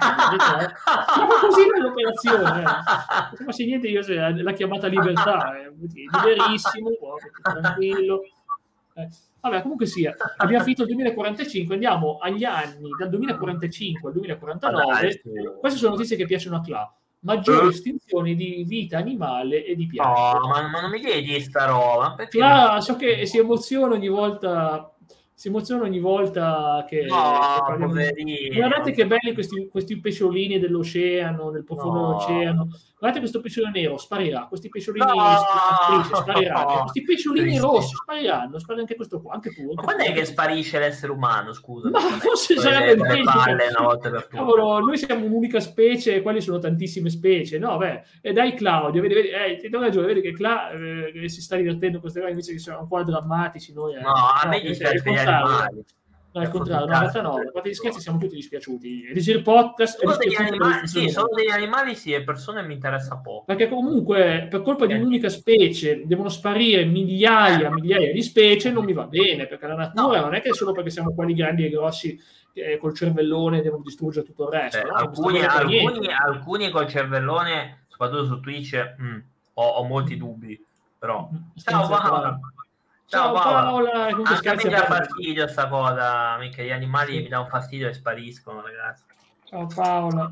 Speaker 1: Ma così nell'operazione, eh. Ma se niente, io l'ha chiamata Libertà, è liberissimo, tranquillo. Eh, vabbè, comunque sia, abbiamo finito il duemilaquarantacinque, andiamo agli anni dal duemilaquarantacinque al duemilaquarantanove. Queste sono notizie che piacciono a Cla. Maggiori estinzioni di vita animale e di piante.
Speaker 2: No, ma, ma non mi chiedi sta roba.
Speaker 1: Cla, so che si emoziona ogni volta. Si emoziona ogni volta che,
Speaker 2: no,
Speaker 1: che
Speaker 2: poverino.
Speaker 1: Guardate che belli questi, questi pesciolini dell'oceano, del profondo no. dell'oceano. Guardate questo pesciolino nero, sparirà. Questi pesciolini
Speaker 2: no.
Speaker 1: spariranno. No. Questi pesciolini Triste. rossi spariranno. Sparirà anche questo qua, anche tu. Anche
Speaker 2: Ma quando
Speaker 1: tu,
Speaker 2: è che sparisce l'essere umano, scusa?
Speaker 1: Ma forse sarebbe
Speaker 2: il tempo. Palle una volta per tutte.
Speaker 1: Cavolo, noi siamo un'unica specie e quelli sono tantissime specie. No, beh, e dai Claudio, vedi, vedi, eh, ti do ragione, vedi che Cla eh, si sta divertendo queste cose invece che sono qua drammatici noi. Eh.
Speaker 2: No, a me dispiace per gli animali.
Speaker 1: No, al contrario, no, no, no, a parte gli scherzi siamo tutti dispiaciuti. Elisir Podcast
Speaker 2: solo degli animali, sì, solo degli animali sì, e persone mi interessa poco.
Speaker 1: Perché comunque per colpa di un'unica specie devono sparire migliaia, migliaia di specie, non mi va bene, perché la natura no. non è che solo perché siamo quelli grandi e grossi eh, col cervellone devono distruggere tutto il resto.
Speaker 2: Cioè,
Speaker 1: no?
Speaker 2: alcuni, alcuni, alcuni col cervellone, soprattutto su Twitch, mh, ho, ho molti dubbi, però. Ciao, Paola.
Speaker 1: Ciao Paola,
Speaker 2: Paola. Anche a me dà fastidio sta cosa, mica gli animali sì. mi dà un fastidio e spariscono, ragazzi.
Speaker 1: Ciao Paola.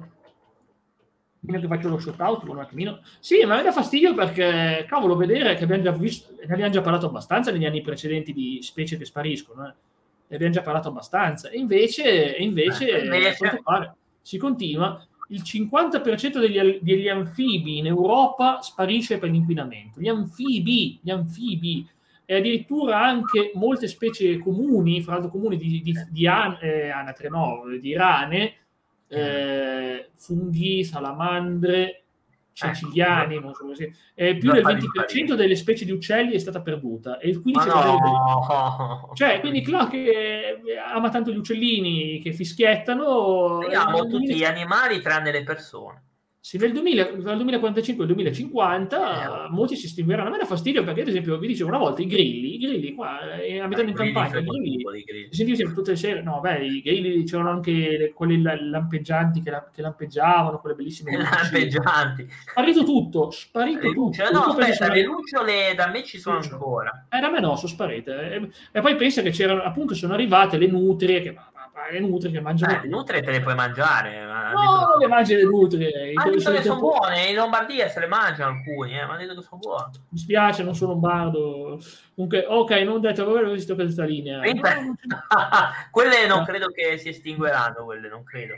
Speaker 1: Io che faccio lo shout out un attimino. Sì, ma mi dà fastidio perché, cavolo, vedere che abbiamo già visto, ne abbiamo già parlato abbastanza negli anni precedenti di specie che spariscono, eh. Ne abbiamo già parlato abbastanza. E invece, e invece, eh, invece... Fare, si continua. Il cinquanta per cento degli, degli anfibi in Europa sparisce per l'inquinamento. Gli anfibi, gli anfibi. E addirittura anche molte specie comuni, fra l'altro comuni di, di, di an, eh, anatre, no, di rane, eh, funghi, salamandre, ceciliani, non so così. Eh, più del venti per cento delle specie di uccelli è stata perduta e il quindici per cento no. Cioè, quindi Cla che ama tanto gli uccellini che fischiettano.
Speaker 2: Amo tutti gli animali tranne le persone.
Speaker 1: Sì, nel duemila, dal duemilaquarantacinque al duemilacinquanta
Speaker 2: Eh,
Speaker 1: molti si estingueranno. A me dà fastidio perché, ad esempio, vi dicevo una volta i grilli, i grilli qua, eh, abitando in
Speaker 2: quelli
Speaker 1: campagna, i
Speaker 2: sono
Speaker 1: grilli,
Speaker 2: piccoli, quelli.
Speaker 1: si sentiva sempre tutte le sere, no, beh, i grilli c'erano anche le- quelli la- lampeggianti che, la- che lampeggiavano, quelle bellissime luci.
Speaker 2: Lampeggianti.
Speaker 1: Sparito tutto, sparito
Speaker 2: Le lucciole,
Speaker 1: tutto.
Speaker 2: no,
Speaker 1: Io penso
Speaker 2: aspetta,
Speaker 1: sono-
Speaker 2: le lucciole da me ci sono
Speaker 1: Lucciole.
Speaker 2: ancora.
Speaker 1: Eh, da me no, sono sparite. E, e poi pensa che c'erano, appunto, sono arrivate le nutrie che, ma- ma- ma- le nutrie che mangiano
Speaker 2: Eh, le
Speaker 1: tutto.
Speaker 2: nutrie te le puoi mangiare. Ma hanno detto
Speaker 1: No, non le mangi le nutrie. i-
Speaker 2: hanno detto
Speaker 1: sono i
Speaker 2: che sono
Speaker 1: topo-
Speaker 2: buone, in Lombardia se le mangiano alcuni, eh, ma hanno detto che sono buone.
Speaker 1: Mi spiace, non sono un bardo. Comunque, ok, non detto, avevo visto questa linea. No, non c'è-
Speaker 2: Quelle non
Speaker 1: Ah.
Speaker 2: credo che si estingueranno, quelle non credo.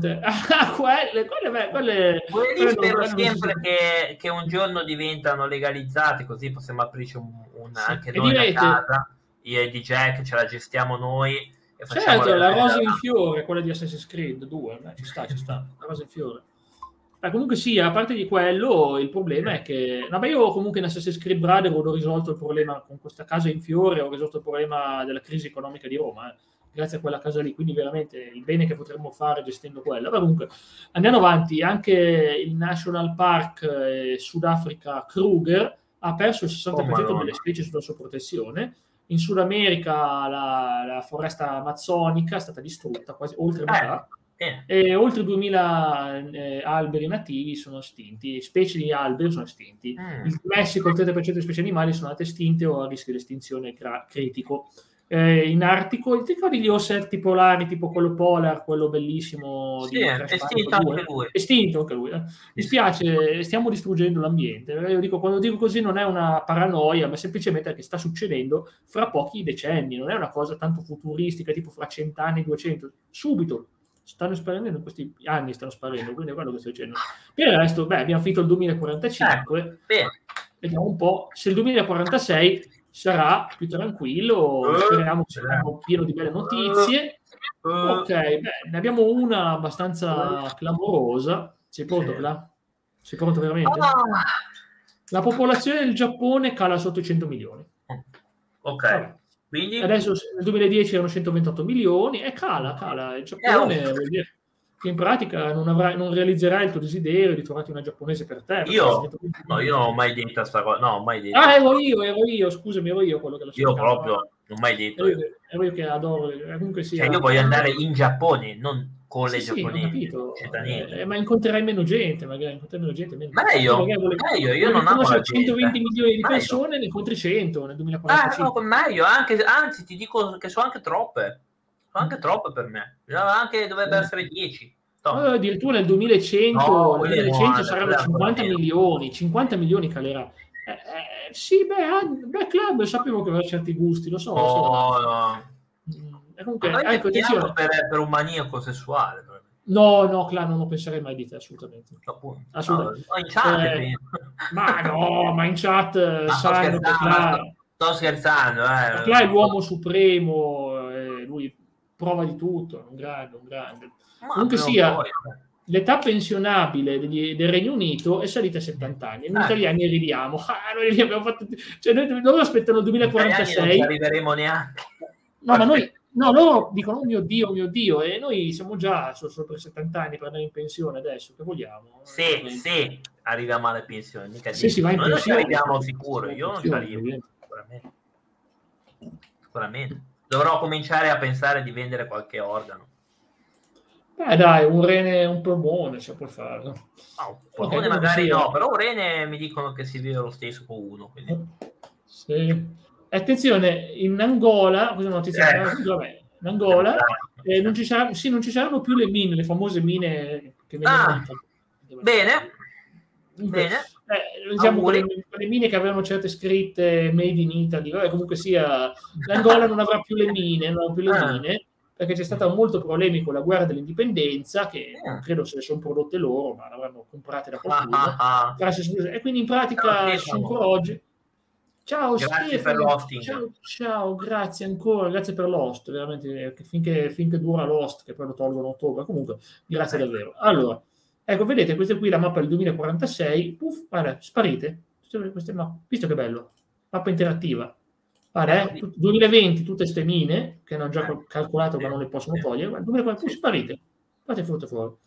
Speaker 1: Ah, quelle, quelle, beh, quelle,
Speaker 2: Quelli
Speaker 1: quelle non-
Speaker 2: spero
Speaker 1: quelle non si
Speaker 2: sempre
Speaker 1: sentono.
Speaker 2: che, che un giorno diventano legalizzati, così possiamo aprirci un, un-
Speaker 1: Sì.
Speaker 2: anche
Speaker 1: E
Speaker 2: noi una
Speaker 1: direte,
Speaker 2: casa, io e D J, ce la gestiamo noi e facciamo
Speaker 1: certo,
Speaker 2: le
Speaker 1: la
Speaker 2: cose
Speaker 1: rosa in
Speaker 2: da-
Speaker 1: fiore, quella di Assassin's Creed due, beh, ci sta, ci sta, la rosa in fiore. Beh, comunque sì, a parte di quello, il problema è che... Vabbè, io comunque in Assassin's Creed Brotherhood ho risolto il problema con questa casa in fiore, ho risolto il problema della crisi economica di Roma, eh, grazie a quella casa lì, quindi veramente il bene che potremmo fare gestendo quella. Ma comunque, andiamo avanti, anche il National Park eh, Sudafrica Kruger ha perso il sessanta per cento
Speaker 2: Oh,
Speaker 1: delle
Speaker 2: Madonna.
Speaker 1: specie sotto sua protezione. In Sud America la, la foresta amazzonica è stata distrutta, quasi oltre metà.
Speaker 2: Eh,
Speaker 1: E oltre duemila eh, alberi nativi sono estinti, specie di alberi sono estinti.
Speaker 2: mm.
Speaker 1: Il Messico il trenta per cento di specie animali sono andate estinte o a rischio di estinzione cra- critico. Eh, in Artico, ti ricordi gli orsetti polari tipo quello polar, quello bellissimo
Speaker 2: Sì,
Speaker 1: di
Speaker 2: è
Speaker 1: Crash
Speaker 2: estinto
Speaker 1: Bandicoot
Speaker 2: anche
Speaker 1: due?
Speaker 2: lui.
Speaker 1: Estinto anche lui. Eh? Mi spiace, stiamo distruggendo l'ambiente. Io dico, quando dico così non è una paranoia, ma semplicemente che sta succedendo fra pochi decenni, non è una cosa tanto futuristica, tipo fra cent'anni, duecento, subito. Stanno sparendo in questi anni, stanno sparendo, quindi è quello che sto dicendo. Per il resto, beh, abbiamo finito il duemilaquarantacinque,
Speaker 2: Ecco, bene.
Speaker 1: vediamo un po' se il duemilaquarantasei sarà più tranquillo, speriamo che sarà pieno di belle notizie. Ok, beh, ne abbiamo una abbastanza clamorosa. Sei pronto, Cla? Sei pronto veramente?
Speaker 2: Ah,
Speaker 1: La popolazione del Giappone cala sotto i cento milioni.
Speaker 2: ok,
Speaker 1: Vabbè.
Speaker 2: quindi
Speaker 1: Adesso nel duemiladieci erano centoventotto milioni e cala, cala. Il Giappone
Speaker 2: Eh,
Speaker 1: vuol dire che in pratica non, avrai, non realizzerai il tuo desiderio di trovarti una giapponese per te. perché
Speaker 2: io,
Speaker 1: centoventi
Speaker 2: no, io non ho mai detto sta cosa, no, ho mai detto.
Speaker 1: Ah, ero io, ero io, scusami, ero io quello che lo
Speaker 2: Io
Speaker 1: cercavo.
Speaker 2: proprio non ho mai detto.
Speaker 1: Ero io, ero io che adoro, eh, comunque sia.
Speaker 2: Cioè, io voglio andare in Giappone, non con
Speaker 1: Sì,
Speaker 2: le
Speaker 1: sì, ho
Speaker 2: giapponesi,
Speaker 1: capito,
Speaker 2: cittadini.
Speaker 1: eh, ma incontrerai meno gente, magari incontrerai meno gente. Meno...
Speaker 2: Meglio,
Speaker 1: Perché vuole-
Speaker 2: meglio, io
Speaker 1: volevi
Speaker 2: non amo la
Speaker 1: conoscere
Speaker 2: gente.
Speaker 1: centoventi milioni di
Speaker 2: Meglio.
Speaker 1: persone, ne incontri cento nel
Speaker 2: Ah,
Speaker 1: duemilaquarantacinque.
Speaker 2: no, meglio, anche, anzi ti dico che sono anche troppe, sono anche troppe per me. Anche dovrebbe
Speaker 1: Mm.
Speaker 2: essere dieci.
Speaker 1: Allora, addirittura nel duemilacento,
Speaker 2: No,
Speaker 1: nel
Speaker 2: quelle
Speaker 1: duemilacento
Speaker 2: no,
Speaker 1: saranno
Speaker 2: quelle ancora
Speaker 1: cinquanta
Speaker 2: meno.
Speaker 1: milioni, cinquanta milioni calerà. Eh, eh, sì, beh, ah, beh, Club, sapevo che aveva certi gusti, lo so, lo so.
Speaker 2: Oh, no.
Speaker 1: Mm, e comunque,
Speaker 2: Magari
Speaker 1: ecco,
Speaker 2: ti prendiamo
Speaker 1: attenzione.
Speaker 2: per, per un maniaco sessuale. però.
Speaker 1: No, no, Cla, non lo penserei mai di te, assolutamente.
Speaker 2: Appunto.
Speaker 1: Assolutamente.
Speaker 2: No, in chat
Speaker 1: Eh,
Speaker 2: penso.
Speaker 1: ma no, ma in chat eh,
Speaker 2: Ma sto
Speaker 1: sanno che
Speaker 2: scherzando,
Speaker 1: Cla,
Speaker 2: sto, sto scherzando, eh.
Speaker 1: Cla è l'uomo supremo, eh, lui prova di tutto, un grande, un grande.
Speaker 2: Ma
Speaker 1: Comunque
Speaker 2: prima o
Speaker 1: sia,
Speaker 2: poi.
Speaker 1: l'età pensionabile degli- del Regno Unito è salita a settanta anni. Noi
Speaker 2: Eh.
Speaker 1: italiani ridiamo. Ah, noi li abbiamo fatto... cioè, noi, loro aspettano il
Speaker 2: Gli italiani non ci
Speaker 1: duemilaquarantasei.
Speaker 2: arriveremo neanche.
Speaker 1: No, ma noi... No, loro dicono, oh mio Dio, oh mio Dio, e noi siamo già so- sopra i settanta anni per andare in pensione adesso, che vogliamo?
Speaker 2: Sì, sì, arriviamo alle pensioni. Mica
Speaker 1: Sì, si va in
Speaker 2: noi non ci
Speaker 1: pensione.
Speaker 2: arriviamo
Speaker 1: Si
Speaker 2: sicuro,
Speaker 1: va in
Speaker 2: io non ci
Speaker 1: pensione,
Speaker 2: arrivo.
Speaker 1: ovviamente.
Speaker 2: Sicuramente. Sicuramente. Dovrò cominciare a pensare di vendere qualche organo.
Speaker 1: Beh, dai, un rene, un polmone, se puoi farlo.
Speaker 2: Ah, un
Speaker 1: Ok,
Speaker 2: polmone
Speaker 1: comunque
Speaker 2: magari
Speaker 1: sia.
Speaker 2: no, però un rene mi dicono che si vive lo stesso con uno. Quindi.
Speaker 1: Sì. Attenzione, in Angola, questa è una notizia,
Speaker 2: Eh.
Speaker 1: vabbè, in Angola eh, non, ci saranno, sì, non ci saranno più le mine, le famose mine che vengono
Speaker 2: Ah, bene, bene.
Speaker 1: Eh, diciamo quelle, quelle mine che avevano certe scritte made in Italy, vabbè, comunque sia, l'Angola non avrà più le mine, non avrà più le
Speaker 2: Ah.
Speaker 1: mine, perché c'è stata molto polemico la guerra dell'indipendenza, che
Speaker 2: Ah.
Speaker 1: non credo se le sono prodotte loro, ma l'avranno comprate da
Speaker 2: Ah,
Speaker 1: qualcuno.
Speaker 2: ah, ah.
Speaker 1: E quindi in pratica
Speaker 2: Ciao,
Speaker 1: sono ancora oggi. Ciao
Speaker 2: Grazie
Speaker 1: Stefano,
Speaker 2: per l'hosting.
Speaker 1: ciao, ciao, grazie ancora, grazie per l'host, veramente, che finché, finché dura l'host, che poi lo tolgono a ottobre, comunque, grazie
Speaker 2: Eh.
Speaker 1: davvero. Allora, ecco, vedete, questa qui è la mappa del duemilaquarantasei, puff, guarda, sparite, queste, no, visto che bello, mappa interattiva, guarda, eh, duemilaventi, tutte ste mine, che hanno già calcolato ma non le possono togliere, guarda, duemilaquarantasei, puff, sparite, fate frutto fuori.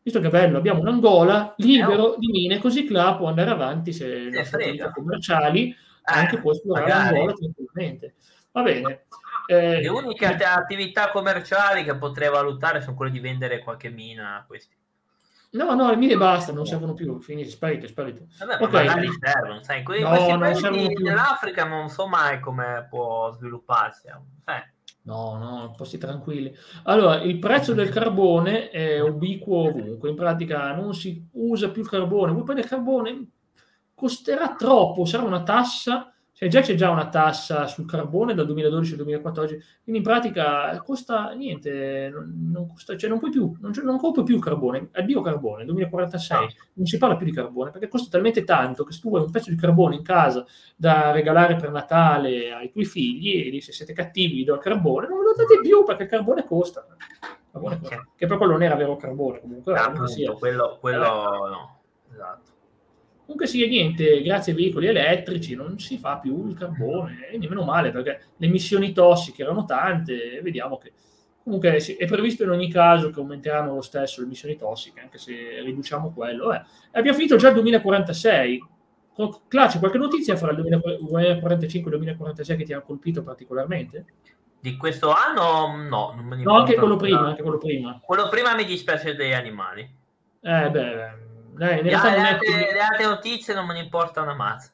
Speaker 1: visto che bello, abbiamo un Angola libero di mine, così Cla può andare avanti se le sue attività commerciali, anche
Speaker 2: Eh,
Speaker 1: può esplorare
Speaker 2: magari.
Speaker 1: Angola tranquillamente. Va bene.
Speaker 2: Le
Speaker 1: Eh,
Speaker 2: uniche
Speaker 1: eh,
Speaker 2: attività commerciali che potrei valutare sono quelle di vendere qualche mina a questi.
Speaker 1: No, no, le mine basta, non servono più, finisce, sparite, sparite.
Speaker 2: Vabbè,
Speaker 1: Ok.
Speaker 2: ma magari servono, sai, in que- in
Speaker 1: No,
Speaker 2: questi
Speaker 1: non
Speaker 2: paesi
Speaker 1: servono più.
Speaker 2: dell'Africa non so mai come può svilupparsi. Eh.
Speaker 1: No, no, posti tranquilli. Allora, il prezzo del carbone è ubiquo ovunque, in pratica non si usa più il carbone, vuoi prendere il carbone? Costerà troppo, sarà una tassa, cioè già c'è già una tassa sul carbone dal duemiladodici al duemilaquattordici, quindi in pratica costa niente, non, non costa, cioè non puoi più, non, non compri più il carbone, addio carbone, duemilaquarantasei,
Speaker 2: No.
Speaker 1: non si parla più di carbone, perché costa talmente tanto che se tu vuoi un pezzo di carbone in casa da regalare per Natale ai tuoi figli, e lì se siete cattivi vi do il carbone, non lo date più perché il carbone costa. Il carbone costa. Che poi quello non era vero carbone, comunque.
Speaker 2: Ah,
Speaker 1: comunque
Speaker 2: appunto,
Speaker 1: sia.
Speaker 2: quello, quello
Speaker 1: Eh,
Speaker 2: no, esatto.
Speaker 1: Comunque sia, niente, grazie ai veicoli elettrici non si fa più il carbone, e nemmeno male, perché le emissioni tossiche erano tante, e vediamo che comunque è previsto in ogni caso che aumenteranno lo stesso le emissioni tossiche, anche se riduciamo quello. Eh. Abbiamo finito già il duemilaquarantasei. Cla, c'è qualche notizia fra il duemilaquarantacinque e il duemilaquarantasei che ti ha colpito particolarmente?
Speaker 2: Di questo anno no, non me ne
Speaker 1: No, anche quello
Speaker 2: importa.
Speaker 1: prima, anche quello prima.
Speaker 2: Quello prima mi dispiace degli animali.
Speaker 1: Eh beh, dai, in
Speaker 2: Le,
Speaker 1: realtà non
Speaker 2: le
Speaker 1: è
Speaker 2: altre,
Speaker 1: che...
Speaker 2: le altre notizie non me ne importa una mazza.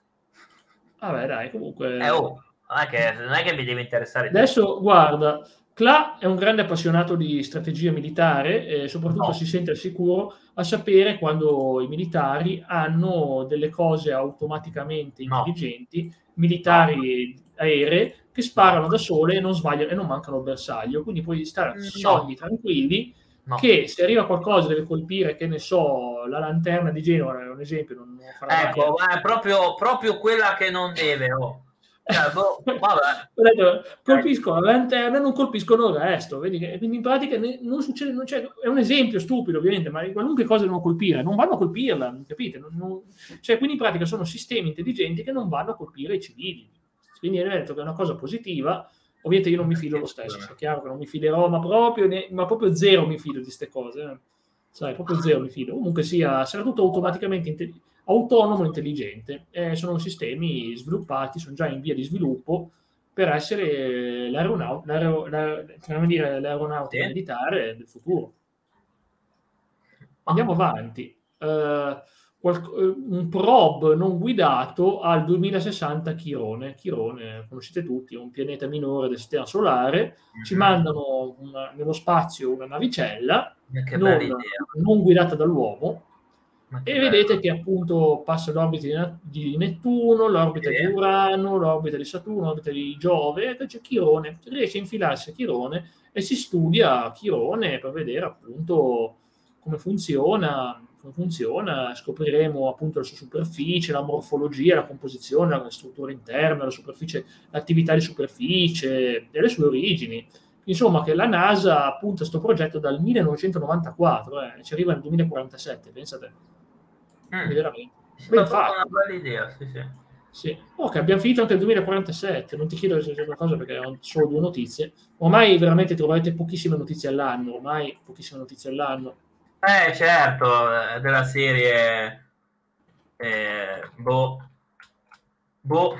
Speaker 1: Vabbè, dai, comunque...
Speaker 2: Eh, oh, non è che, non è che mi deve interessare
Speaker 1: Adesso,
Speaker 2: tutto.
Speaker 1: guarda, Cla è un grande appassionato di strategia militare e soprattutto
Speaker 2: No.
Speaker 1: si sente al sicuro a sapere quando i militari hanno delle cose automaticamente
Speaker 2: No.
Speaker 1: intelligenti, militari
Speaker 2: no.
Speaker 1: aeree, che sparano no. da sole e non sbagliano e non mancano il bersaglio. Quindi puoi stare sonni no. tranquilli
Speaker 2: no.
Speaker 1: che se arriva qualcosa deve colpire, che ne so, la lanterna di Genova, è un esempio. Non, non farà
Speaker 2: ecco, ma è proprio, proprio quella che non deve, oh. Cioè, boh,
Speaker 1: vabbè. Colpiscono la lanterna, non colpiscono il resto. Vedi che, quindi in pratica non succede, non c'è, è un esempio stupido ovviamente, ma qualunque cosa devono colpire, non vanno a colpirla, capite? Non, non, cioè, quindi in pratica sono sistemi intelligenti che non vanno a colpire i civili. Quindi è detto che è una cosa positiva. Ovviamente io non mi fido lo stesso, è chiaro che non mi fiderò, ma proprio, ma proprio zero mi fido di queste cose. Eh. Sai, proprio zero mi fido. Comunque sia, sarà tutto automaticamente intelligente. Autonomo intelligente, eh, sono sistemi sviluppati, sono già in via di sviluppo per essere l'aeronau- l'aero- l'aer- dire, l'aeronautica sì. militare del futuro. Andiamo avanti. Uh, qual- un probe non guidato al duemilasessanta Chirone. Chirone, conoscete tutti, è un pianeta minore del sistema solare. Mm-hmm. Ci mandano una, nello spazio una navicella non, non guidata dall'uomo. E vedete che appunto passa l'orbita di Nettuno, l'orbita sì. di Urano, l'orbita di Saturno, l'orbita di Giove, c'è Chirone, riesce a infilarsi a Chirone e si studia Chirone per vedere appunto come funziona, come funziona, scopriremo appunto la sua superficie, la morfologia, la composizione, la struttura interna, la superficie, l'attività di superficie e le sue origini. Insomma, che la NASA punta a questo progetto dal millenovecentonovantaquattro, eh, ci arriva nel duemilaquarantasette, pensate.
Speaker 2: Mm.
Speaker 1: Veramente.
Speaker 2: Ben fatto. Una bella idea, sì, sì.
Speaker 1: Sì. Ok, abbiamo finito anche il duemilaquarantasette, non ti chiedo se c'è qualcosa perché ho solo due notizie. Ormai veramente troverete pochissime notizie all'anno, ormai pochissime notizie all'anno.
Speaker 2: Eh, certo, della serie... Eh, boh... Boh...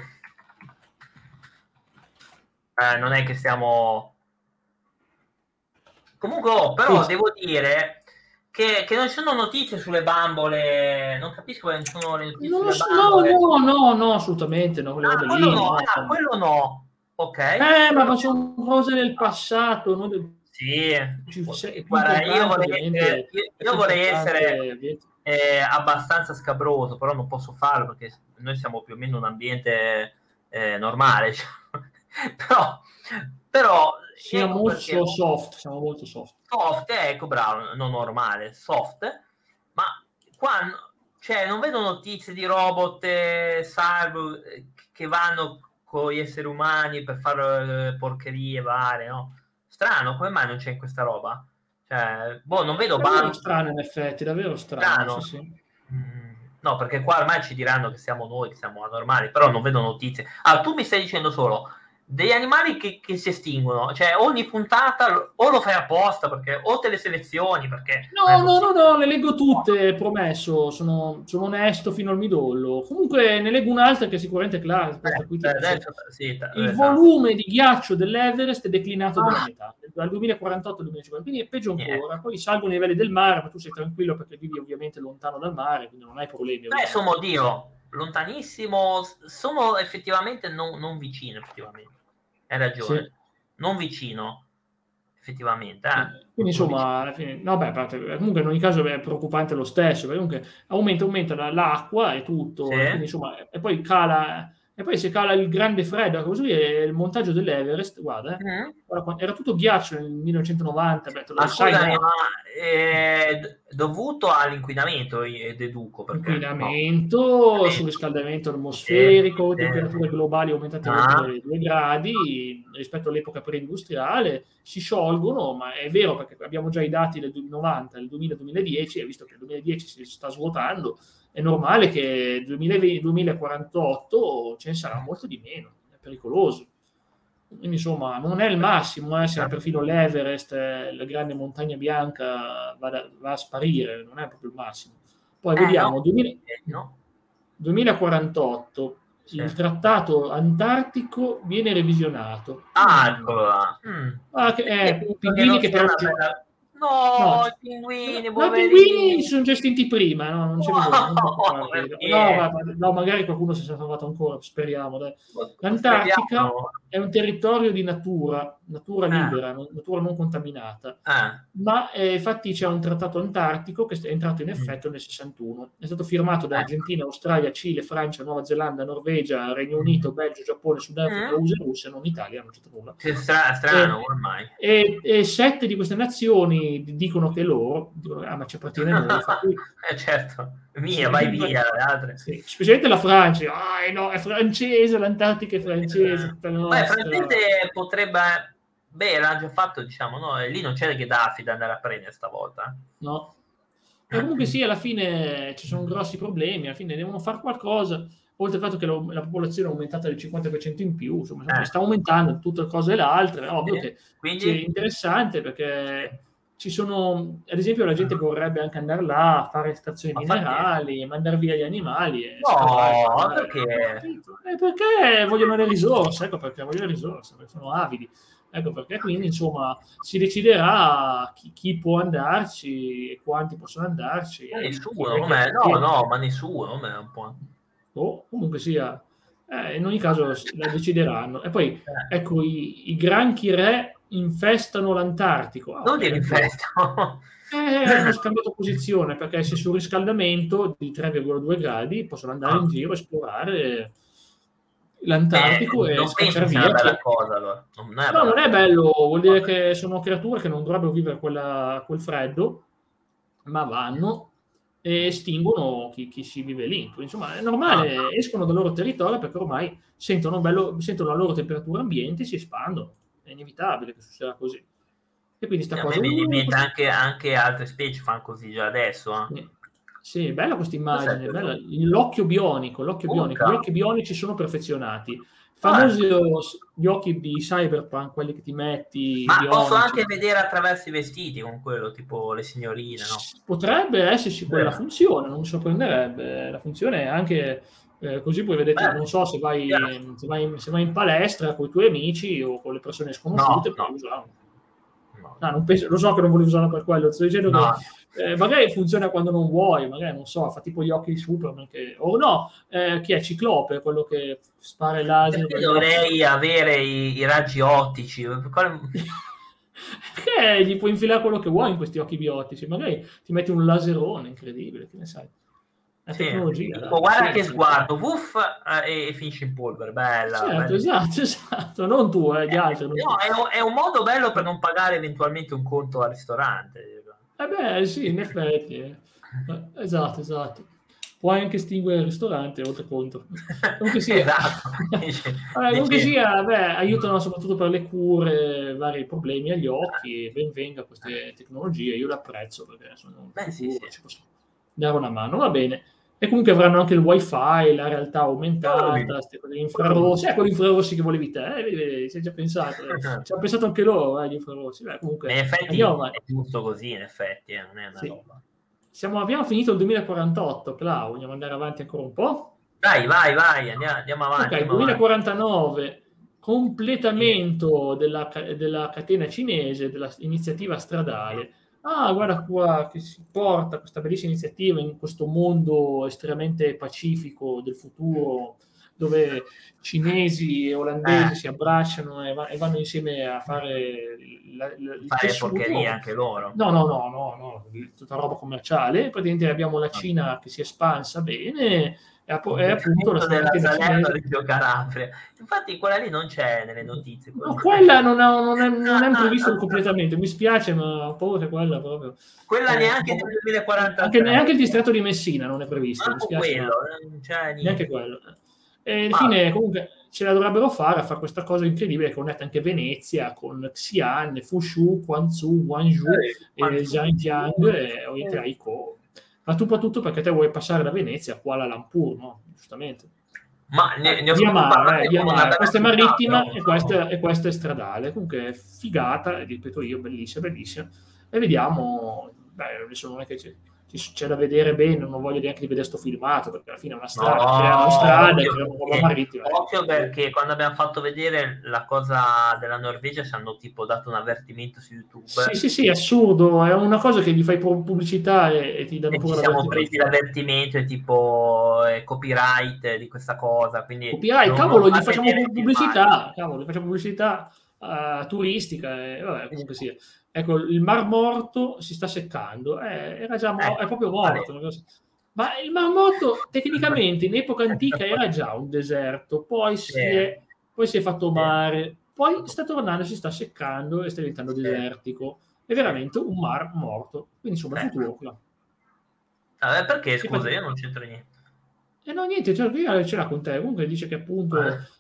Speaker 2: Eh, non è che stiamo... Comunque, oh, però sì. devo dire... Che, che non ci sono notizie sulle bambole, non capisco perché non sono le notizie
Speaker 1: no,
Speaker 2: sulle bambole.
Speaker 1: No, no, no, no, assolutamente no.
Speaker 2: Ah, quello no, no, ah, quello no. Ok.
Speaker 1: Eh, ma facciamo cose del passato. No?
Speaker 2: Sì.
Speaker 1: Ci,
Speaker 2: Guarda, io vorrei, io, io vorrei essere eh, abbastanza scabroso, però non posso farlo perché noi siamo più o meno un ambiente eh, normale. Cioè. però, però
Speaker 1: siamo molto perché... soft, siamo molto soft.
Speaker 2: Soft, ecco, bravo, non normale, soft, ma quando, cioè, non vedo notizie di robot eh, cyber che vanno con gli esseri umani per fare eh, porcherie varie, no? Strano, come mai non c'è in questa roba? Cioè, boh, non vedo
Speaker 1: davvero bam... strano in effetti, davvero strano.
Speaker 2: strano.
Speaker 1: Sì, sì.
Speaker 2: Mm, no, perché qua ormai ci diranno che siamo noi, che siamo anormali, però non vedo notizie. Ah, tu mi stai dicendo solo degli animali che, che si estinguono, cioè ogni puntata o lo fai apposta perché o te le selezioni perché
Speaker 1: no no no no le leggo tutte, promesso, sono, sono onesto fino al midollo. Comunque ne leggo un'altra che sicuramente è clara, questa qui ti
Speaker 2: eh,
Speaker 1: piace.
Speaker 2: adesso, sì,
Speaker 1: Il
Speaker 2: esatto.
Speaker 1: volume di ghiaccio dell'Everest è declinato
Speaker 2: Ah.
Speaker 1: della metà dal duemilaquarantotto al duemilacinquanta, quindi è peggio ancora.
Speaker 2: Yeah.
Speaker 1: Poi salgono i livelli del mare, ma tu sei tranquillo perché vivi ovviamente lontano dal mare, quindi non hai problemi.
Speaker 2: Beh, insomma, oddio, lontanissimo, sono effettivamente non, non vicino, effettivamente. Hai ragione,
Speaker 1: Sì.
Speaker 2: non vicino, effettivamente. Eh.
Speaker 1: Quindi insomma, alla fine, no, beh, comunque in ogni caso è preoccupante lo stesso, perché comunque aumenta, aumenta l'acqua e tutto,
Speaker 2: Sì.
Speaker 1: e quindi insomma, e poi cala, e poi se cala il grande freddo, così è il montaggio dell'Everest, guarda, eh,
Speaker 2: Mm.
Speaker 1: guarda, era tutto ghiaccio nel millenovecentonovanta, beh, te lo
Speaker 2: Ma
Speaker 1: sai,
Speaker 2: scusami,
Speaker 1: no?
Speaker 2: ma è dovuto all'inquinamento, deduco, perché
Speaker 1: Inquinamento,
Speaker 2: no.
Speaker 1: surriscaldamento atmosferico,
Speaker 2: Sì,
Speaker 1: temperature globali aumentate
Speaker 2: ah.
Speaker 1: oltre due gradi rispetto all'epoca preindustriale, si sciolgono, ma è vero perché abbiamo già i dati del novanta, del duemila duemiladieci, e visto che il duemiladieci si sta svuotando, è normale che nel duemilaquarantotto ce ne sarà molto di meno, è pericoloso. Quindi insomma non è il massimo, eh, se perfino l'Everest, eh, la grande montagna bianca, va, da, va a sparire, non è proprio il massimo. Poi
Speaker 2: eh,
Speaker 1: vediamo,
Speaker 2: no.
Speaker 1: duemila,
Speaker 2: No.
Speaker 1: duemilaquarantotto, sì. Il trattato antartico viene revisionato.
Speaker 2: Ah,
Speaker 1: mm.
Speaker 2: eccolo là. Mm.
Speaker 1: Ah, che, eh, pinguini che però...
Speaker 2: Bella... No,
Speaker 1: no,
Speaker 2: i pinguini,
Speaker 1: no, i pinguini si sono già estinti prima, no, non c'è bisogno. Non no, ma, no, magari qualcuno si è salvato ancora, speriamo. Dai. L'Antartica speriamo. È un territorio di natura, natura libera, ah. natura non contaminata.
Speaker 2: Ah.
Speaker 1: Ma eh, infatti c'è un trattato antartico che è entrato in effetto nel sessantuno. È stato firmato da Argentina, Australia, Cile, Francia, Nuova Zelanda, Norvegia, Regno Unito, Belgio, Giappone, Sudafrica, U S A e Russia, non Italia, non c'è nulla.
Speaker 2: Che stra- strano, e, ormai.
Speaker 1: E, e sette di queste nazioni dicono che loro, dicono, ah, ma ci appartiene a noi. Cui,
Speaker 2: eh certo, via, sì, vai via, le altre.
Speaker 1: Sì, specialmente la Francia, ah, no, è francese, l'Antartica è francese.
Speaker 2: Beh, francese potrebbe, beh, l'ha già fatto, diciamo, no? E lì non c'è Gheddafi da andare a prendere stavolta.
Speaker 1: No. E comunque sì, alla fine ci sono grossi problemi, alla fine devono fare qualcosa. Oltre al fatto che la, la popolazione è aumentata del cinquanta per cento in più, insomma, eh. sta aumentando tutte le cose e le altre, è ovvio eh. che Quindi... è interessante perché ci sono, ad esempio, la gente vorrebbe anche andare là a fare estrazioni minerali, mandare via gli animali. E
Speaker 2: no, perché?
Speaker 1: Eh, perché vogliono le risorse, ecco perché vogliono le risorse, perché sono avidi. Ecco perché quindi insomma si deciderà chi, chi può andarci e quanti possono andarci.
Speaker 2: Ma nessuno, come? No, no, ma nessuno, come un po'.
Speaker 1: O comunque sia, eh, in ogni caso la decideranno. E poi ecco i, i granchi re infestano l'Antartico.
Speaker 2: Ah, non okay, infestano.
Speaker 1: Eh, hanno scambiato posizione perché se sul riscaldamento di tre virgola due gradi possono andare ah. in giro a esplorare l'Antartico eh, e scacciare via.
Speaker 2: Bella cosa, allora. non è
Speaker 1: no, non è bello, vuol dire che sono creature che non dovrebbero vivere quella, quel freddo, ma vanno e estinguono chi, chi si vive lì. Insomma, è normale, ah. escono dal loro territorio perché ormai sentono, bello, sentono la loro temperatura ambiente e si espandono. È inevitabile che succeda così. E quindi sta
Speaker 2: a
Speaker 1: cosa...
Speaker 2: me mi diventa anche, anche altre specie fanno così già adesso. Eh.
Speaker 1: Sì. Sì, bella questa immagine, bella. L'occhio bionico, l'occhio bionico, gli occhi bionici sono perfezionati. Famosi ah. gli occhi di Cyberpunk, quelli che ti metti.
Speaker 2: Ma bionici. Posso anche vedere attraverso i vestiti con quello, tipo le signorine, no?
Speaker 1: Potrebbe esserci quella Beh. funzione, non mi sorprenderebbe. La funzione è anche eh, così puoi vedere, non so se vai, se vai, se vai in palestra con i tuoi amici o con le persone sconosciute, no, puoi no. usarlo. No, non penso, lo so che non volevi usarlo per quello, sto dicendo no. che eh, magari funziona quando non vuoi, magari non so, fa tipo gli occhi di Superman che, o no, eh, chi è Ciclope, quello che spara il laser.
Speaker 2: Dovrei avere i, i raggi ottici. Quale...
Speaker 1: Perché gli puoi infilare quello che vuoi in questi occhi biotici, magari ti metti un laserone incredibile, che ne sai. La
Speaker 2: sì,
Speaker 1: tecnologia.
Speaker 2: Tipo, guarda che sguardo, wuff, eh, e finisce in polvere, bella.
Speaker 1: Certo,
Speaker 2: bella.
Speaker 1: esatto, esatto, non tu, eh, gli
Speaker 2: eh,
Speaker 1: altri.
Speaker 2: No, è un, è un modo bello per non pagare eventualmente un conto al ristorante.
Speaker 1: Eh beh, sì, in effetti. Eh. Esatto, esatto. Puoi anche estinguere il ristorante, oltre conto. Comunque sia,
Speaker 2: esatto.
Speaker 1: Vabbè, comunque sia beh, aiutano soprattutto per le cure, vari problemi agli occhi, ben venga queste tecnologie, io le apprezzo perché sono
Speaker 2: beh, sì, sì.
Speaker 1: ci posso dare una mano, va bene. E comunque avranno anche il wifi, la realtà aumentata, queste cose infrarossi, ecco gli infrarossi che volevi te, eh, vedi, ci hai già pensato, eh. Ci hanno pensato anche loro, eh, gli infrarossi. Beh, comunque,
Speaker 2: in effetti è giusto così, in effetti, eh, non è una
Speaker 1: sì.
Speaker 2: roba.
Speaker 1: Siamo, abbiamo finito il duemilaquarantotto, Clau, vogliamo andare avanti ancora un po'?
Speaker 2: Dai, vai, vai, andiamo, andiamo avanti.
Speaker 1: Ok, duemilaquarantanove, completamento della, della catena cinese, dell'iniziativa stradale. Ah, guarda qua che si porta questa bellissima iniziativa in questo mondo estremamente pacifico del futuro, dove cinesi e olandesi
Speaker 2: eh.
Speaker 1: si abbracciano e, va, e vanno insieme a fare la, la, il
Speaker 2: fare
Speaker 1: tessuto.
Speaker 2: porcherie anche loro.
Speaker 1: No, no, no, no, no, tutta roba commerciale. Praticamente abbiamo la Cina che si è espansa bene, e appunto la
Speaker 2: della Salerno Reggio Calabria. Infatti quella lì non c'è nelle notizie.
Speaker 1: No, quella non, ha, non, è, non è previsto il completamento, mi spiace, ma ho paura che quella proprio...
Speaker 2: Quella
Speaker 1: eh,
Speaker 2: neanche nel duemilaquarantatré.
Speaker 1: Anche, neanche il distretto di Messina non è previsto.
Speaker 2: Manco
Speaker 1: mi spiace,
Speaker 2: quello, non c'è
Speaker 1: neanche quello. E infine, comunque, ce la dovrebbero fare a fare questa cosa incredibile che connette anche Venezia con Xi'an, Fushu, Guangzhou, Guangzhou, eh, e Zhangjiang e ovviamente Haikou. Ma soprattutto perché te vuoi passare da Venezia a Kuala Lumpur, no? Giustamente.
Speaker 2: Ma ne, ne ho
Speaker 1: via mare, eh, via mare.
Speaker 2: Questa
Speaker 1: è marittima e questa, e questa è stradale. Comunque è figata, ripeto io, bellissima, bellissima. E vediamo, beh, adesso non è che c'è, c'è da vedere bene, non voglio neanche di vedere sto filmato, perché alla fine è una strada,
Speaker 2: no,
Speaker 1: creano strada,
Speaker 2: occhio,
Speaker 1: creano una marittima.
Speaker 2: Occhio perché quando abbiamo fatto vedere la cosa della Norvegia ci hanno tipo dato un avvertimento su YouTube.
Speaker 1: Sì, sì, sì, è assurdo, è una cosa che gli fai pubblicità e, e ti danno
Speaker 2: e
Speaker 1: pure
Speaker 2: ci siamo presi l'avvertimento e tipo eh, copyright di questa cosa, quindi
Speaker 1: copyright,
Speaker 2: non,
Speaker 1: cavolo,
Speaker 2: non
Speaker 1: gli facciamo pubblicità, cavolo, gli facciamo pubblicità uh, turistica e vabbè, comunque sia. Ecco, il Mar Morto si sta seccando, eh, era già mo- eh, è proprio morto. Ma il Mar Morto tecnicamente in epoca antica era già un deserto, poi si è, poi si è fatto mare, poi sta tornando, si sta seccando e sta diventando desertico. È veramente un mar morto. Quindi insomma il futuro qua.
Speaker 2: Ah, perché scusa, io non c'entro niente.
Speaker 1: E eh no, niente, cioè, io ce l'ha con te. Comunque dice che appunto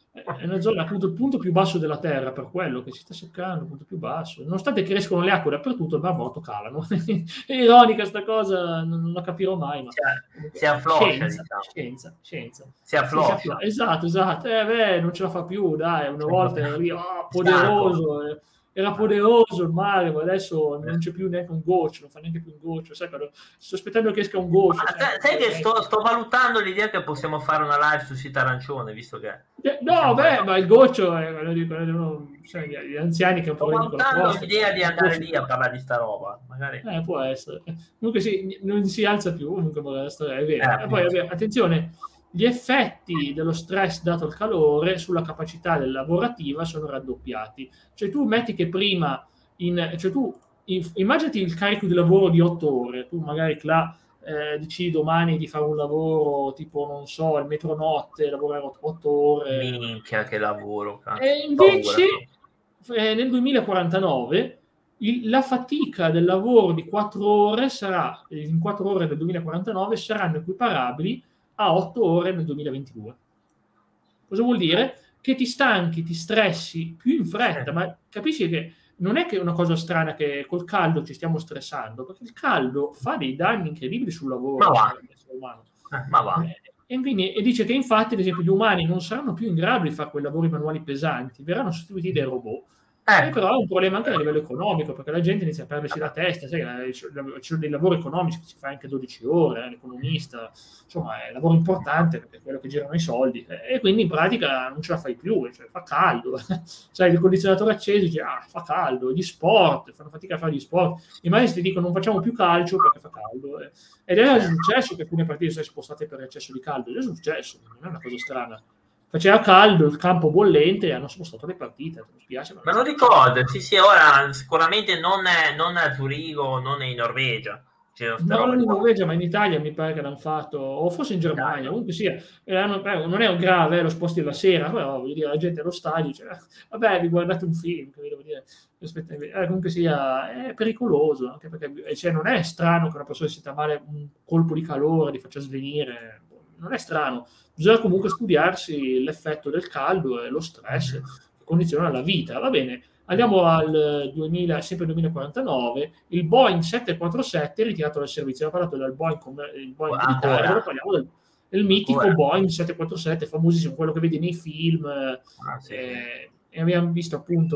Speaker 1: è una zona, appunto, il punto più basso della Terra, per quello che si sta seccando, il punto più basso. Nonostante crescono le acque dappertutto, il Mar Morto calano. È ironica sta cosa, non, non la capirò mai. Ma
Speaker 2: cioè, si affloscia,
Speaker 1: scienza,
Speaker 2: diciamo.
Speaker 1: scienza, scienza.
Speaker 2: Si affloscia.
Speaker 1: Si esatto, esatto. Eh, beh, non ce la fa più, dai. Una volta era lì, oh, poderoso. Eh. Era poderoso il mare, ma adesso non c'è più neanche un goccio, non fa neanche più un goccio. Sai, sto aspettando che esca un goccio.
Speaker 2: Ah, sai, sai che sto, sto valutando l'idea che possiamo fare una live su Sito Arancione, visto che...
Speaker 1: Eh, no, beh, fare... ma il goccio è quello di, quello di uno, sai, gli anziani che
Speaker 2: sto valutando l'idea di andare lì a parlare di sta roba, magari.
Speaker 1: Eh, può essere. Comunque sì, non si alza più, comunque è vero.
Speaker 2: Eh,
Speaker 1: e poi, vabbè, attenzione, gli effetti dello stress dato al calore sulla capacità del lavorativa sono raddoppiati. Cioè tu metti che prima, in, cioè tu in, immaginati il carico di lavoro di otto ore, tu magari là, eh, decidi domani di fare un lavoro tipo, non so, il metronotte, lavorare otto ore.
Speaker 2: Minchia che lavoro. Cazzo.
Speaker 1: E invece eh, nel duemilaquarantanove il, la fatica del lavoro di quattro ore sarà, in quattro ore del duemilaquarantanove saranno equiparabili a otto ore nel duemilaventidue. Cosa vuol dire? Che ti stanchi, ti stressi più in fretta, ma capisci che non è che è una cosa strana che col caldo ci stiamo stressando, perché il caldo fa dei danni incredibili sul lavoro.
Speaker 2: Ma va.
Speaker 1: Umano.
Speaker 2: Eh, ma va.
Speaker 1: E, quindi, e dice che infatti, ad esempio, gli umani non saranno più in grado di fare quei lavori manuali pesanti, verranno sostituiti dai robot. Eh. E però è un problema anche a livello economico, perché la gente inizia a perdersi la testa, sai, ci sono dei lavori economici che si fa anche dodici ore, eh, l'economista, insomma è un lavoro importante perché è quello che girano i soldi, e quindi in pratica non ce la fai più, cioè fa caldo, sai, il condizionatore acceso, dice, ah, fa caldo, gli sport, fanno fatica a fare gli sport, i maestri dicono non facciamo più calcio perché fa caldo, eh. Ed è successo che alcune partite si sono spostate per eccesso di caldo, è successo, non è una cosa strana. Faceva caldo, il campo bollente e hanno spostato le partite. Mi spiace, ma
Speaker 2: me lo ricordo, sì sì, ora sicuramente non è, non è a Zurigo, non è in Norvegia.
Speaker 1: No, non in Norvegia, ma in Italia mi pare che l'hanno fatto, o forse in Germania, comunque sia, eh, non è un grave, eh, lo sposti la sera, però voglio dire, la gente allo stadio dice, vabbè, vi guardate un film, devo dire, eh, comunque sia, è pericoloso, anche perché cioè, non è strano che una persona si senta male un colpo di calore, li faccia svenire, non è strano. Bisogna comunque studiarsi l'effetto del caldo e lo stress che condiziona la vita. Va bene, Andiamo al duemila, sempre duemilaquarantanove, il Boeing sette quattro sette è ritirato dal servizio. Abbiamo parlato del Boeing, come, il Boeing militare, ora parliamo del, del mitico
Speaker 2: Ancora?
Speaker 1: Boeing sette quattro sette, famosissimo, quello che vedi nei film,
Speaker 2: Ah, sì,
Speaker 1: eh, e abbiamo visto appunto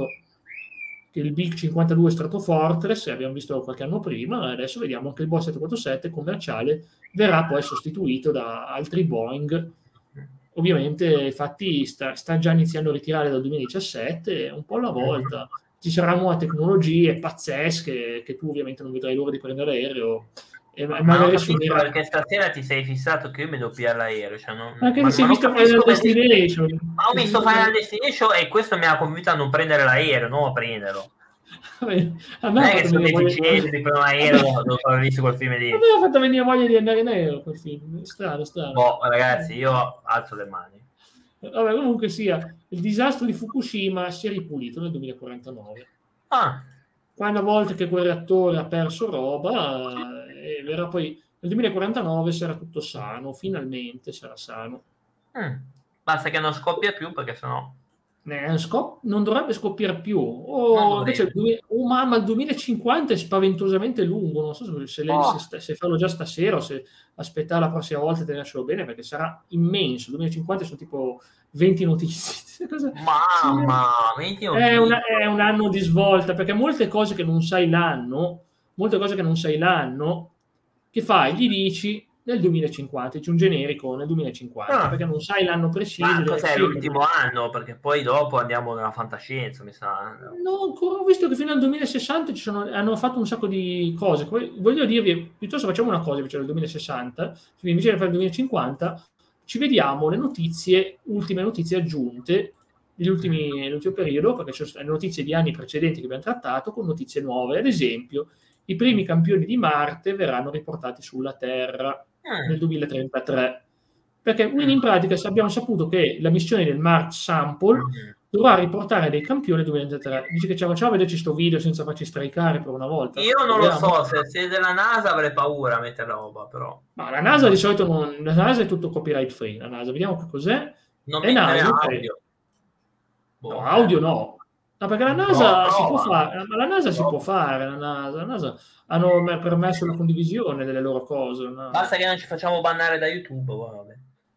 Speaker 1: che il Big cinquantadue Stratofortress, abbiamo visto qualche anno prima, e adesso vediamo che il Boeing sette quattro sette commerciale verrà poi sostituito da altri Boeing. Ovviamente, infatti, sta, sta già iniziando a ritirare dal duemiladiciassette, un po' alla volta. Ci saranno nuove tecnologie pazzesche che tu ovviamente non vedrai l'ora di prendere l'aereo. E
Speaker 2: Ma,
Speaker 1: magari
Speaker 2: ma
Speaker 1: suonerà...
Speaker 2: perché stasera ti sei fissato che io mi devo pigliare l'aereo. Cioè non,
Speaker 1: Anche
Speaker 2: ma,
Speaker 1: se sei
Speaker 2: ma non
Speaker 1: visto
Speaker 2: capisco
Speaker 1: Final
Speaker 2: perché...
Speaker 1: Destination.
Speaker 2: Ma ho visto Final Destination e questo mi ha convinto a non prendere l'aereo, non a prenderlo.
Speaker 1: A me
Speaker 2: non è che sono deficiente di prendere un aereo dopo aver visto quel film lì.
Speaker 1: A me ha fatto venire voglia di andare in aereo quel film. Strano, strano.
Speaker 2: Boh, ragazzi, io alzo le mani.
Speaker 1: Vabbè, comunque sia, il disastro di Fukushima si è ripulito nel duemilaquarantanove.
Speaker 2: Ah.
Speaker 1: Poi una volta che quel reattore ha perso roba, e verrà poi nel duemilaquarantanove sarà tutto sano, finalmente sarà sano.
Speaker 2: Mm. Basta che non scoppia più, perché sennò
Speaker 1: Eh, scop- non dovrebbe scoppiare più. O invece il duemila, oh, mamma, il duemilacinquanta è spaventosamente lungo. Non so se, se, le,
Speaker 2: oh.
Speaker 1: se, se farlo già stasera o se aspettare la prossima volta e tenerselo bene, perché sarà immenso. Il duemilacinquanta sono tipo venti notizie. Cosa...
Speaker 2: Mamma, venti
Speaker 1: è, una, è un anno di svolta, perché molte cose che non sai l'anno, molte cose che non sai l'anno, che fai? Gli dici nel duemilacinquanta, c'è un generico nel duemilacinquanta, ah. perché non sai l'anno preciso.
Speaker 2: Ma cos'è film. L'ultimo anno? Perché poi dopo andiamo nella fantascienza, mi sa.
Speaker 1: No, ancora ho visto che fino al duemilasessanta ci sono, hanno fatto un sacco di cose. Poi, voglio dirvi, piuttosto facciamo una cosa invece del duemilasessanta, invece di fare il duemilacinquanta, ci vediamo le notizie, ultime notizie aggiunte degli ultimi, nell'ultimo periodo, perché ci sono le notizie di anni precedenti che abbiamo trattato con notizie nuove. Ad esempio, i primi campioni di Marte verranno riportati sulla Terra nel duemilatrentatré, perché quindi in pratica abbiamo saputo che la missione del Mars Sample dovrà riportare dei campioni nel duemilatrentatré. Dice che ci facciamo vederci sto video senza farci stricare per una volta.
Speaker 2: Io non Vediamo. lo so, se sei della NASA avrei paura a mettere roba, però.
Speaker 1: Ma la NASA di solito non, la NASA è tutto copyright free, la NASA, vediamo che cos'è.
Speaker 2: Non è NASA, audio.
Speaker 1: Boh, no, audio no. No, perché la NASA no, si può fare, la NASA no. si può fare, la NASA, la NASA hanno permesso la condivisione delle loro cose. No?
Speaker 2: Basta che non ci facciamo bannare da YouTube, vabbè.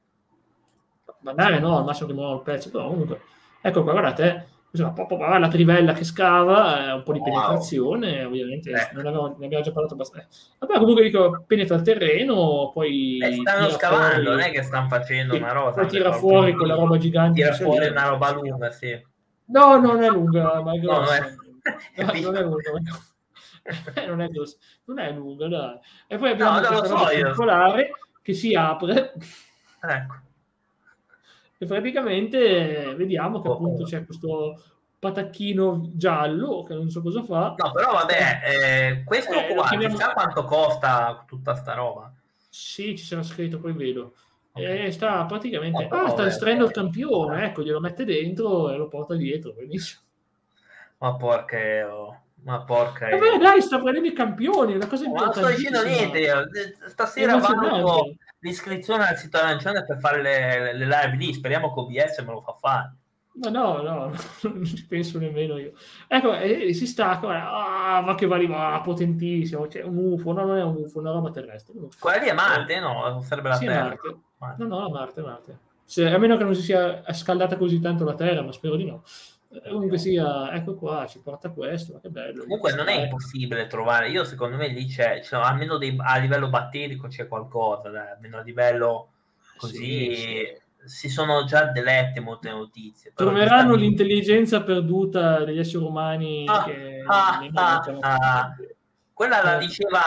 Speaker 1: Bannare no, al massimo che muovono il pezzo, però comunque, ecco qua, guardate, eh, la trivella che scava, eh, un po' di penetrazione, wow. ovviamente, eh. non abbiamo, ne abbiamo già parlato abbastanza. Vabbè, comunque dico, penetra il terreno, poi...
Speaker 2: Eh, stanno scavando, fuori, non è che stanno facendo una roba.
Speaker 1: Poi tira fuori quella roba gigante.
Speaker 2: Tira fuori una roba lunga, sì.
Speaker 1: No, non è lunga, ma è grossa.
Speaker 2: No, è...
Speaker 1: No, non è lunga, ma... non è grossa, non è lunga, dai. E poi abbiamo
Speaker 2: no,
Speaker 1: questa
Speaker 2: so
Speaker 1: roba circolare che si apre.
Speaker 2: Ecco.
Speaker 1: E praticamente vediamo che oh, appunto c'è questo patacchino giallo che non so cosa fa.
Speaker 2: No, però vabbè, eh, questo eh, qua, chiamiamo... chissà quanto costa tutta sta roba.
Speaker 1: Sì, ci sarà scritto, poi vedo. Okay. E sta praticamente...
Speaker 2: No,
Speaker 1: ah, sta estraendo
Speaker 2: okay.
Speaker 1: il campione, ecco, glielo mette dentro e lo porta dietro, benissimo.
Speaker 2: Ma porca... Oh. Ma porca...
Speaker 1: Eh beh, dai, sta prendendo i campioni, è una cosa
Speaker 2: importante. Non sto dicendo niente, io. Stasera vado l'iscrizione al sito arancione per fare le, le live lì, speriamo che O B S me lo fa fare.
Speaker 1: Ma no, no, non ci penso nemmeno io. Ecco, e si stacca, ah, ma che va lì, va, potentissimo, c'è un U F O, no, non è un U F O, è una roba terrestre.
Speaker 2: Quella lì è Marte, no? Sarebbe la
Speaker 1: sì,
Speaker 2: Terra.
Speaker 1: Marte. Marte. No, no, Marte, Marte. Se, a meno che non si sia scaldata così tanto la Terra, ma spero di no. Comunque sia, ecco qua, ci porta questo, ma che bello.
Speaker 2: Comunque non è impossibile trovare, io secondo me lì c'è, c'è almeno dei, a livello batterico c'è qualcosa, dai, almeno a livello così, sì, sì. Si sono già delette molte notizie.
Speaker 1: Troveranno l'intelligenza perduta degli esseri umani
Speaker 2: ah,
Speaker 1: che...
Speaker 2: Ah, ah, ah. Quella la diceva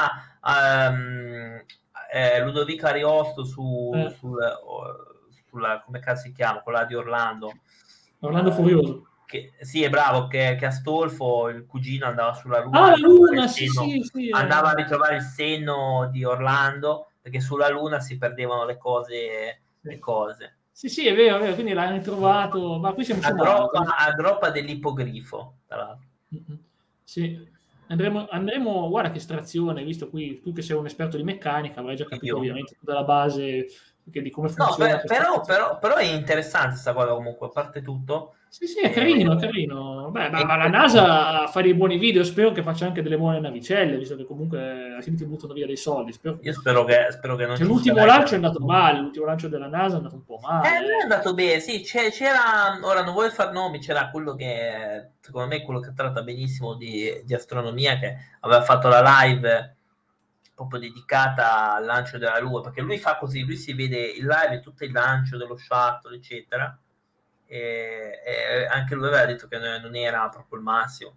Speaker 2: um, eh, Ludovico Ariosto su, eh. sul, sulla, come cazzo si chiama, quella di Orlando.
Speaker 1: Orlando uh, Furioso.
Speaker 2: Che, sì, è bravo, che, che Astolfo, il cugino, andava sulla Luna.
Speaker 1: Ah, la Luna, sì,
Speaker 2: senno,
Speaker 1: sì, sì.
Speaker 2: Andava a ritrovare il senno di Orlando, perché sulla Luna si perdevano le cose. Le cose.
Speaker 1: Sì, sì, è vero, è vero, quindi l'hanno ritrovato. Ma qui siamo
Speaker 2: a droppa, a droppa dell'ippogrifo, tra l'altro.
Speaker 1: Mm-hmm. Sì. Andremo, andremo, guarda che estrazione, visto qui, tu che sei un esperto di meccanica, avrai già capito Io. ovviamente tutta la base di come
Speaker 2: No,
Speaker 1: funziona.
Speaker 2: per, però, però, però è interessante questa cosa comunque, a parte tutto.
Speaker 1: Sì, sì, è carino, è carino. Beh, ma,
Speaker 2: È
Speaker 1: ma la NASA fa dei buoni video, spero che faccia anche delle buone navicelle, visto che comunque si buttano via dei soldi. Spero che...
Speaker 2: Io spero che, spero che non
Speaker 1: Cioè,
Speaker 2: ci
Speaker 1: l'ultimo
Speaker 2: sia.
Speaker 1: lancio è andato male, l'ultimo lancio della NASA è andato un po'
Speaker 2: Eh,
Speaker 1: male.
Speaker 2: non è
Speaker 1: Eh.
Speaker 2: andato bene, sì, c'è- c'era, ora non voglio far nomi, c'era quello che, secondo me, quello che tratta benissimo di, di astronomia, che aveva fatto la live proprio dedicata al lancio della Luna, perché lui fa così, lui si vede il live, tutto il lancio dello shuttle, eccetera, e, e anche lui aveva detto che non era proprio il massimo.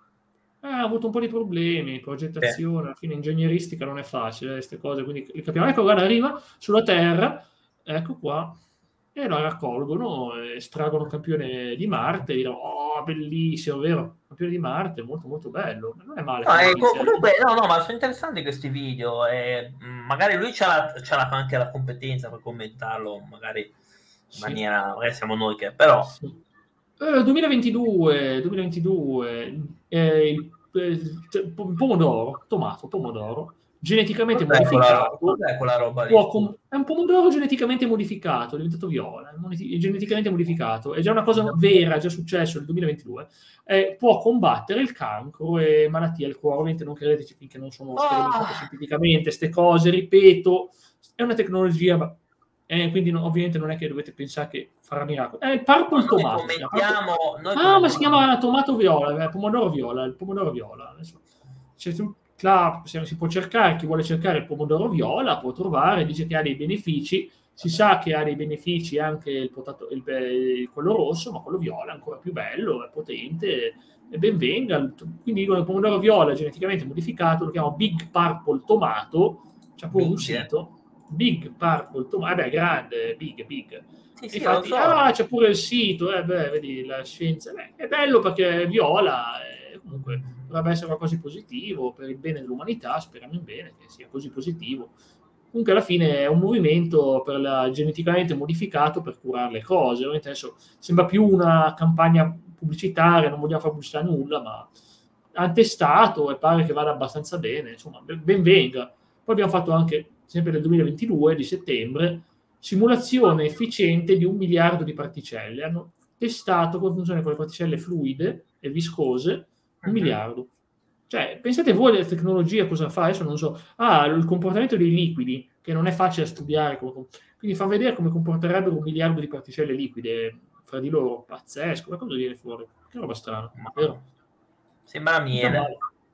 Speaker 1: Ha avuto un po' di problemi, progettazione, alla fine ingegneristica non è facile, queste cose, quindi li capiamo. Ecco, guarda, arriva sulla Terra, ecco qua, e la raccolgono, estraggono un campione di Marte, e dicono, oh, bellissimo, vero? Campione di Marte, molto molto bello, non è male.
Speaker 2: No,
Speaker 1: come
Speaker 2: eh,
Speaker 1: notizia.
Speaker 2: comunque, no, no, ma sono interessanti questi video, e mh, magari lui c'ha, la- c'ha la- anche la competenza per commentarlo, magari in
Speaker 1: Sì.
Speaker 2: maniera, magari siamo noi che, però...
Speaker 1: Sì. Eh, duemilaventidue, duemilaventidue eh, il, eh, pomodoro, tomato, pomodoro, geneticamente
Speaker 2: Cos'è quella,
Speaker 1: modificato,
Speaker 2: cos'è quella roba lì?
Speaker 1: può com- è un pomodoro geneticamente modificato, è diventato viola, è moni- geneticamente modificato, è già una cosa vera, è già successo nel duemilaventidue, eh, può combattere il cancro e malattie al cuore. Ovviamente non credeteci finché non sono sperimentate
Speaker 2: Oh.
Speaker 1: scientificamente, queste cose, ripeto, è una tecnologia, ma eh, quindi no, ovviamente non è che dovete pensare che farà miracoli. È il purple
Speaker 2: Noi
Speaker 1: tomato. Si chiama.
Speaker 2: commentiamo, noi
Speaker 1: Ah, ma si
Speaker 2: commentiamo-
Speaker 1: chiama tomato viola, eh, pomodoro viola, il pomodoro viola. Adesso, c'è tu- là, si si può cercare, chi vuole cercare il pomodoro viola può trovare, dice che ha dei benefici, si sa che ha dei benefici anche il potato, il, il- quello rosso, ma quello viola è ancora più bello, è potente, e ben venga. Quindi dicono il pomodoro viola geneticamente modificato, lo chiamo Big Purple Tomato, c'è pure un
Speaker 2: Big?
Speaker 1: sito, Big Purple Tomato, vabbè, grande, big, big.
Speaker 2: Sì, sì,
Speaker 1: Infatti,
Speaker 2: lo so.
Speaker 1: ah, c'è pure il sito, eh, beh, vedi, la scienza, beh, è bello perché è viola, eh, comunque dovrebbe essere qualcosa di positivo per il bene dell'umanità, speriamo in bene che sia così positivo. Comunque alla fine è un movimento per la geneticamente modificato per curare le cose. Ovviamente adesso sembra più una campagna pubblicitaria, non vogliamo fare pubblicità nulla, ma hanno testato e pare che vada abbastanza bene, insomma, ben venga. Poi abbiamo fatto anche, sempre nel duemilaventidue, di settembre, simulazione efficiente di un miliardo di particelle. Hanno testato come funziona con le particelle fluide e viscose, un
Speaker 2: Mhm.
Speaker 1: miliardo. Cioè, pensate voi la tecnologia cosa fa? Adesso non so. Ah, il comportamento dei liquidi, che non è facile da studiare. Quindi fa vedere come comporterebbero un miliardo di particelle liquide fra di loro. Pazzesco, ma cosa viene fuori? Che roba strana, vero?
Speaker 2: Sembra miele.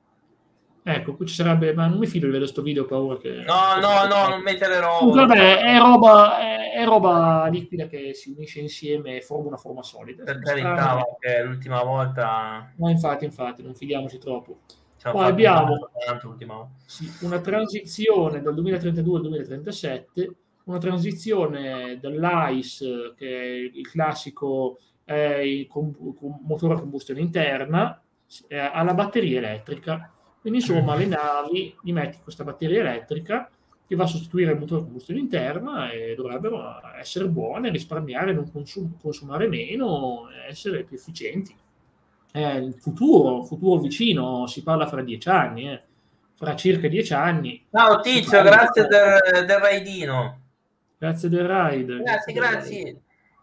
Speaker 1: Ecco, qui ci sarebbe, ma non mi fido di vedere questo video, ho paura che...
Speaker 2: No, no, no, non mettere roba.
Speaker 1: Vabbè, è roba, è, è roba liquida che si unisce insieme e forma una forma solida.
Speaker 2: Per carità, che l'ultima volta...
Speaker 1: No, infatti, infatti, non fidiamoci troppo.
Speaker 2: Poi
Speaker 1: Poi abbiamo
Speaker 2: l'ultima.
Speaker 1: sì, una transizione dal duemilatrentadue al duemilatrentasette, una transizione dall'I C E, che è il classico eh, con, con motore a combustione interna, eh, alla batteria elettrica. Quindi insomma le navi gli metti questa batteria elettrica che va a sostituire il motore a combustione interna e dovrebbero essere buone, risparmiare, non consum- consumare meno, essere più efficienti. È il futuro, futuro vicino, si parla fra dieci anni, eh. fra circa dieci anni.
Speaker 2: Ciao Tizio, grazie di... del, del raidino.
Speaker 1: Grazie del ride.
Speaker 2: Grazie, grazie. grazie.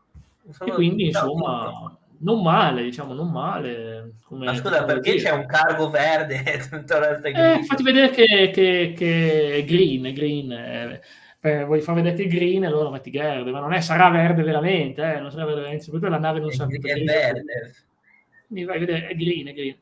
Speaker 1: E quindi insomma... non male, diciamo, non male. Come
Speaker 2: ma scusa, perché c'è un cargo verde e tutto il resto è green?
Speaker 1: Eh, fatti vedere che, che, che è green, è green. Eh, eh, vuoi far vedere che è green, allora metti verde, ma non è, sarà verde veramente, eh, non sarà veramente, soprattutto la nave non
Speaker 2: è,
Speaker 1: sarà
Speaker 2: è verde.
Speaker 1: Quindi vai a vedere, è green, è green.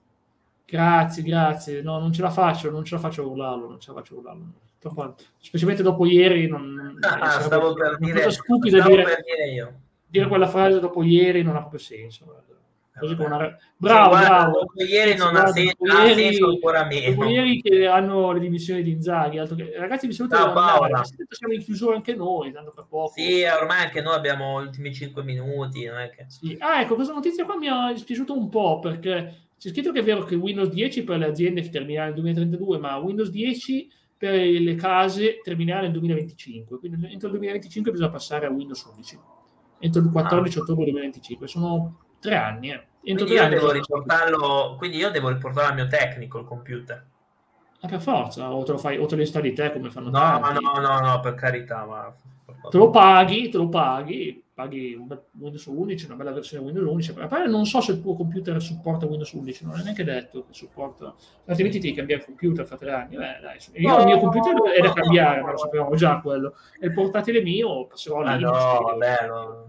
Speaker 1: Grazie, grazie. No, non ce la faccio, non ce la faccio a urlarlo, non ce la faccio a urlarlo. Specialmente dopo ieri, non,
Speaker 2: ah, stavo per dire,
Speaker 1: cosa stupida
Speaker 2: stavo
Speaker 1: dire,
Speaker 2: per dire io.
Speaker 1: Dire quella frase dopo ieri non ha proprio senso. Così come una... Bravo,
Speaker 2: cioè,
Speaker 1: bravo.
Speaker 2: Dopo ieri non
Speaker 1: guarda,
Speaker 2: ha, sen-
Speaker 1: dopo
Speaker 2: ha
Speaker 1: ieri,
Speaker 2: senso ancora meno.
Speaker 1: Dopo ieri che hanno le dimissioni di Inzaghi, altro che... ragazzi, mi saluto
Speaker 2: Ciao, Paola.
Speaker 1: siamo in chiusura anche noi, tanto fra poco.
Speaker 2: Sì, ormai anche noi abbiamo gli ultimi cinque minuti. Non è che...
Speaker 1: sì. Ah, ecco, questa notizia qua mi ha dispiaciuto un po', perché c'è scritto che è vero che Windows dieci per le aziende terminerà nel duemilatrentadue, ma Windows dieci per le case terminerà nel duemilaventicinque, quindi entro il duemilaventicinque bisogna passare a Windows undici, entro il quattordici ah. ottobre duemilaventicinque, sono tre anni, eh.
Speaker 2: Quindi io, devo riportarlo, quindi io devo riportarlo al mio tecnico il computer.
Speaker 1: Ah, per forza, o te lo fai, o te lo installi te come fanno
Speaker 2: no,
Speaker 1: tanti.
Speaker 2: No, no, no, per carità, ma
Speaker 1: te lo paghi, te lo paghi, paghi un bel Windows undici, una bella versione Windows undici, però non so se il tuo computer supporta Windows undici, non è neanche detto che supporta, altrimenti ti cambia il computer fra tre anni. Beh, dai, io no, il mio computer è da cambiare, ma lo sapevamo già quello, e il portatile mio passerò a Linux.
Speaker 2: Ah, no, vabbè, no.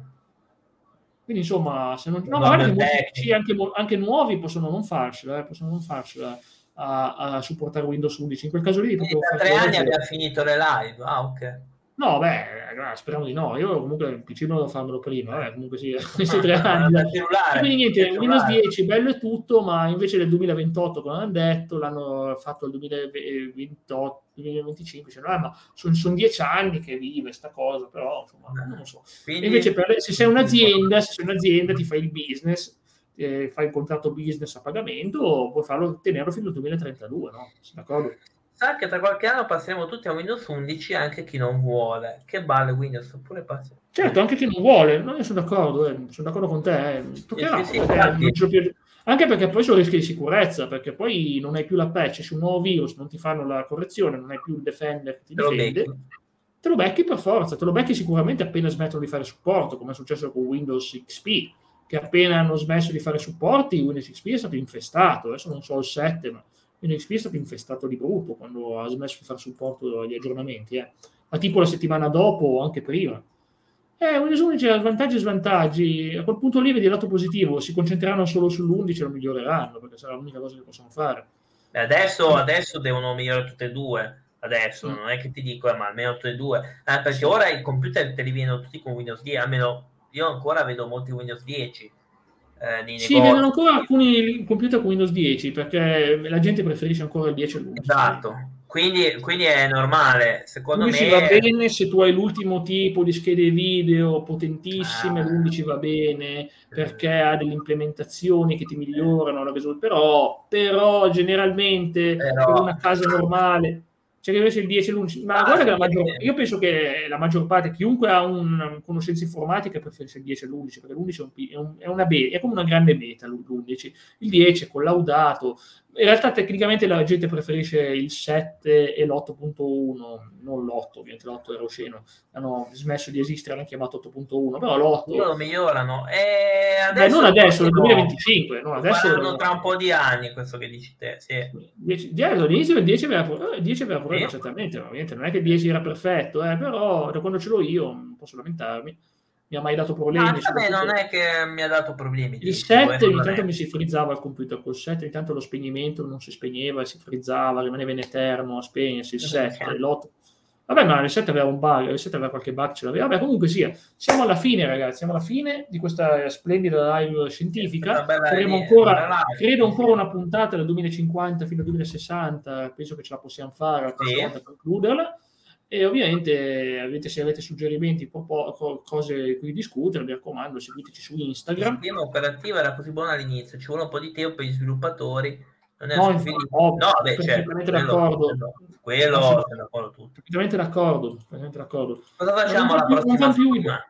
Speaker 1: Quindi insomma, se non, no, magari che molti P C anche, anche nuovi possono non farcela, eh, possono non farcela a, a supportare Windows undici. In quel caso lì proprio
Speaker 2: da tre anni abbiamo finito le live. Ah, ok.
Speaker 1: No, beh, speriamo di no. Io comunque il P C me lo devo farmelo prima, eh, comunque sì, questi tre anni.
Speaker 2: Cellulare,
Speaker 1: quindi niente, Windows dieci bello e tutto, ma invece del duemilaventotto, come hanno detto, l'hanno fatto il duemilaventotto, duemilaventicinque, cioè, no, ma sono, sono dieci anni che vive sta cosa, però insomma, non lo so. Quindi, invece per le, se sei un'azienda, se sei un'azienda ti fai il business, eh, fai il contratto business a pagamento, puoi farlo, tenerlo fino al duemilatrentadue, no? D'accordo?
Speaker 2: Sa che tra qualche anno passeremo tutti a Windows undici, anche chi non vuole. Che balle Windows, oppure passi.
Speaker 1: Certo, anche chi non vuole, no, io sono d'accordo, eh, sono d'accordo con te. Eh. Toccherà,
Speaker 2: sì, sì,
Speaker 1: perché più... Anche perché poi sono rischi di sicurezza, perché poi non hai più la patch su un nuovo virus, non ti fanno la correzione, non hai più il defender che ti
Speaker 2: te
Speaker 1: difende.
Speaker 2: Lo
Speaker 1: te lo becchi per forza, te lo becchi sicuramente appena smettono di fare supporto, come è successo con Windows X P, che appena hanno smesso di fare supporti, Windows X P è stato infestato, adesso non so il sette, ma Windows X P è stato infestato di brutto quando ha smesso di fare supporto agli aggiornamenti, eh. Ma tipo la settimana dopo o anche prima. Eh, Windows undici ha svantaggi e svantaggi, a quel punto lì vedi il lato positivo, si concentreranno solo sull'undici e lo miglioreranno, perché sarà l'unica cosa che possono fare.
Speaker 2: Beh, adesso, adesso devono migliorare tutte e due, adesso,
Speaker 1: mm.
Speaker 2: non è che ti dico, eh, ma almeno tutte e due, eh, perché sì. Ora i computer te li vendono tutti con Windows dieci, almeno io ancora vedo molti Windows dieci. Eh, nei
Speaker 1: sì, vedono ancora alcuni computer con Windows dieci, perché la gente preferisce ancora il dieci all'undici.
Speaker 2: Esatto. Quindi, quindi è normale, secondo
Speaker 1: l'undici
Speaker 2: me.
Speaker 1: Va bene se tu hai l'ultimo tipo di schede video potentissime, ah, l'undici va bene perché ha delle implementazioni che ti migliorano la risoluzione, però, però generalmente però... per una casa normale, cioè che invece il dieci l'undici, ma ah, guarda che la maggior, io penso che la maggior parte, chiunque ha un conoscenza informatica preferisce il dieci all'undici, perché l'undici è, un, è, un, è una beta, è come una grande beta l'undici, il dieci è collaudato. In realtà tecnicamente la gente preferisce il sette e l'otto punto uno, non l'otto, ovviamente l'otto era osceno, hanno smesso di esistere, l'hanno chiamato otto punto uno, però l'otto...
Speaker 2: Lo migliorano. E adesso
Speaker 1: Beh, non adesso, nel duemilaventicinque, non adesso...
Speaker 2: Faranno tra un po' di anni, questo che dici te, sì.
Speaker 1: All'inizio il dieci aveva problemi, sì. Certamente, ovviamente non è che il dieci era perfetto, eh, però da quando ce l'ho io non posso lamentarmi. Mi ha mai dato problemi.
Speaker 2: No, a me non è che mi ha dato problemi.
Speaker 1: Il sette ogni tanto mi si frizzava il computer col sette, ogni tanto lo spegnimento non si spegneva, si frizzava, rimaneva in eterno a spegnersi. Il sette, l'otto. Vabbè, ma il sette aveva un bug, il sette aveva qualche bug, ce l'aveva. Vabbè, comunque sia, siamo alla fine, ragazzi, siamo alla fine di questa splendida live scientifica. Faremo ancora, credo ancora una puntata dal duemilacinquanta fino al duemilasessanta, penso che ce la possiamo fare la prossima volta per concluderla. E ovviamente avete, se avete suggerimenti, cose di cui discutere, mi raccomando, seguiteci su Instagram.
Speaker 2: Il sistema operativo era così buono all'inizio, ci vuole un po' di tempo per gli sviluppatori. Non è
Speaker 1: no, infatti, no,
Speaker 2: no, beh,
Speaker 1: perfettamente
Speaker 2: cioè,
Speaker 1: d'accordo.
Speaker 2: Quello, quello sono d'accordo tutto.
Speaker 1: Perfettamente d'accordo, perfettamente d'accordo.
Speaker 2: Cosa facciamo la prossima settimana?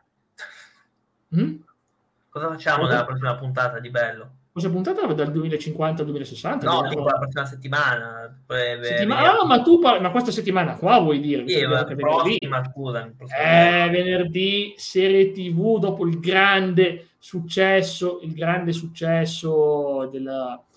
Speaker 1: Hmm?
Speaker 2: Cosa facciamo nella prossima puntata di bello?
Speaker 1: Questa puntata dal duemilacinquanta al duemilasessanta?
Speaker 2: No, dico la prossima settimana.
Speaker 1: settimana ah, ma tu par- ma questa settimana qua vuoi dire?
Speaker 2: Sì, ma prossima, scusa.
Speaker 1: Eh, venerdì, serie tivù, dopo il grande successo, il grande successo della,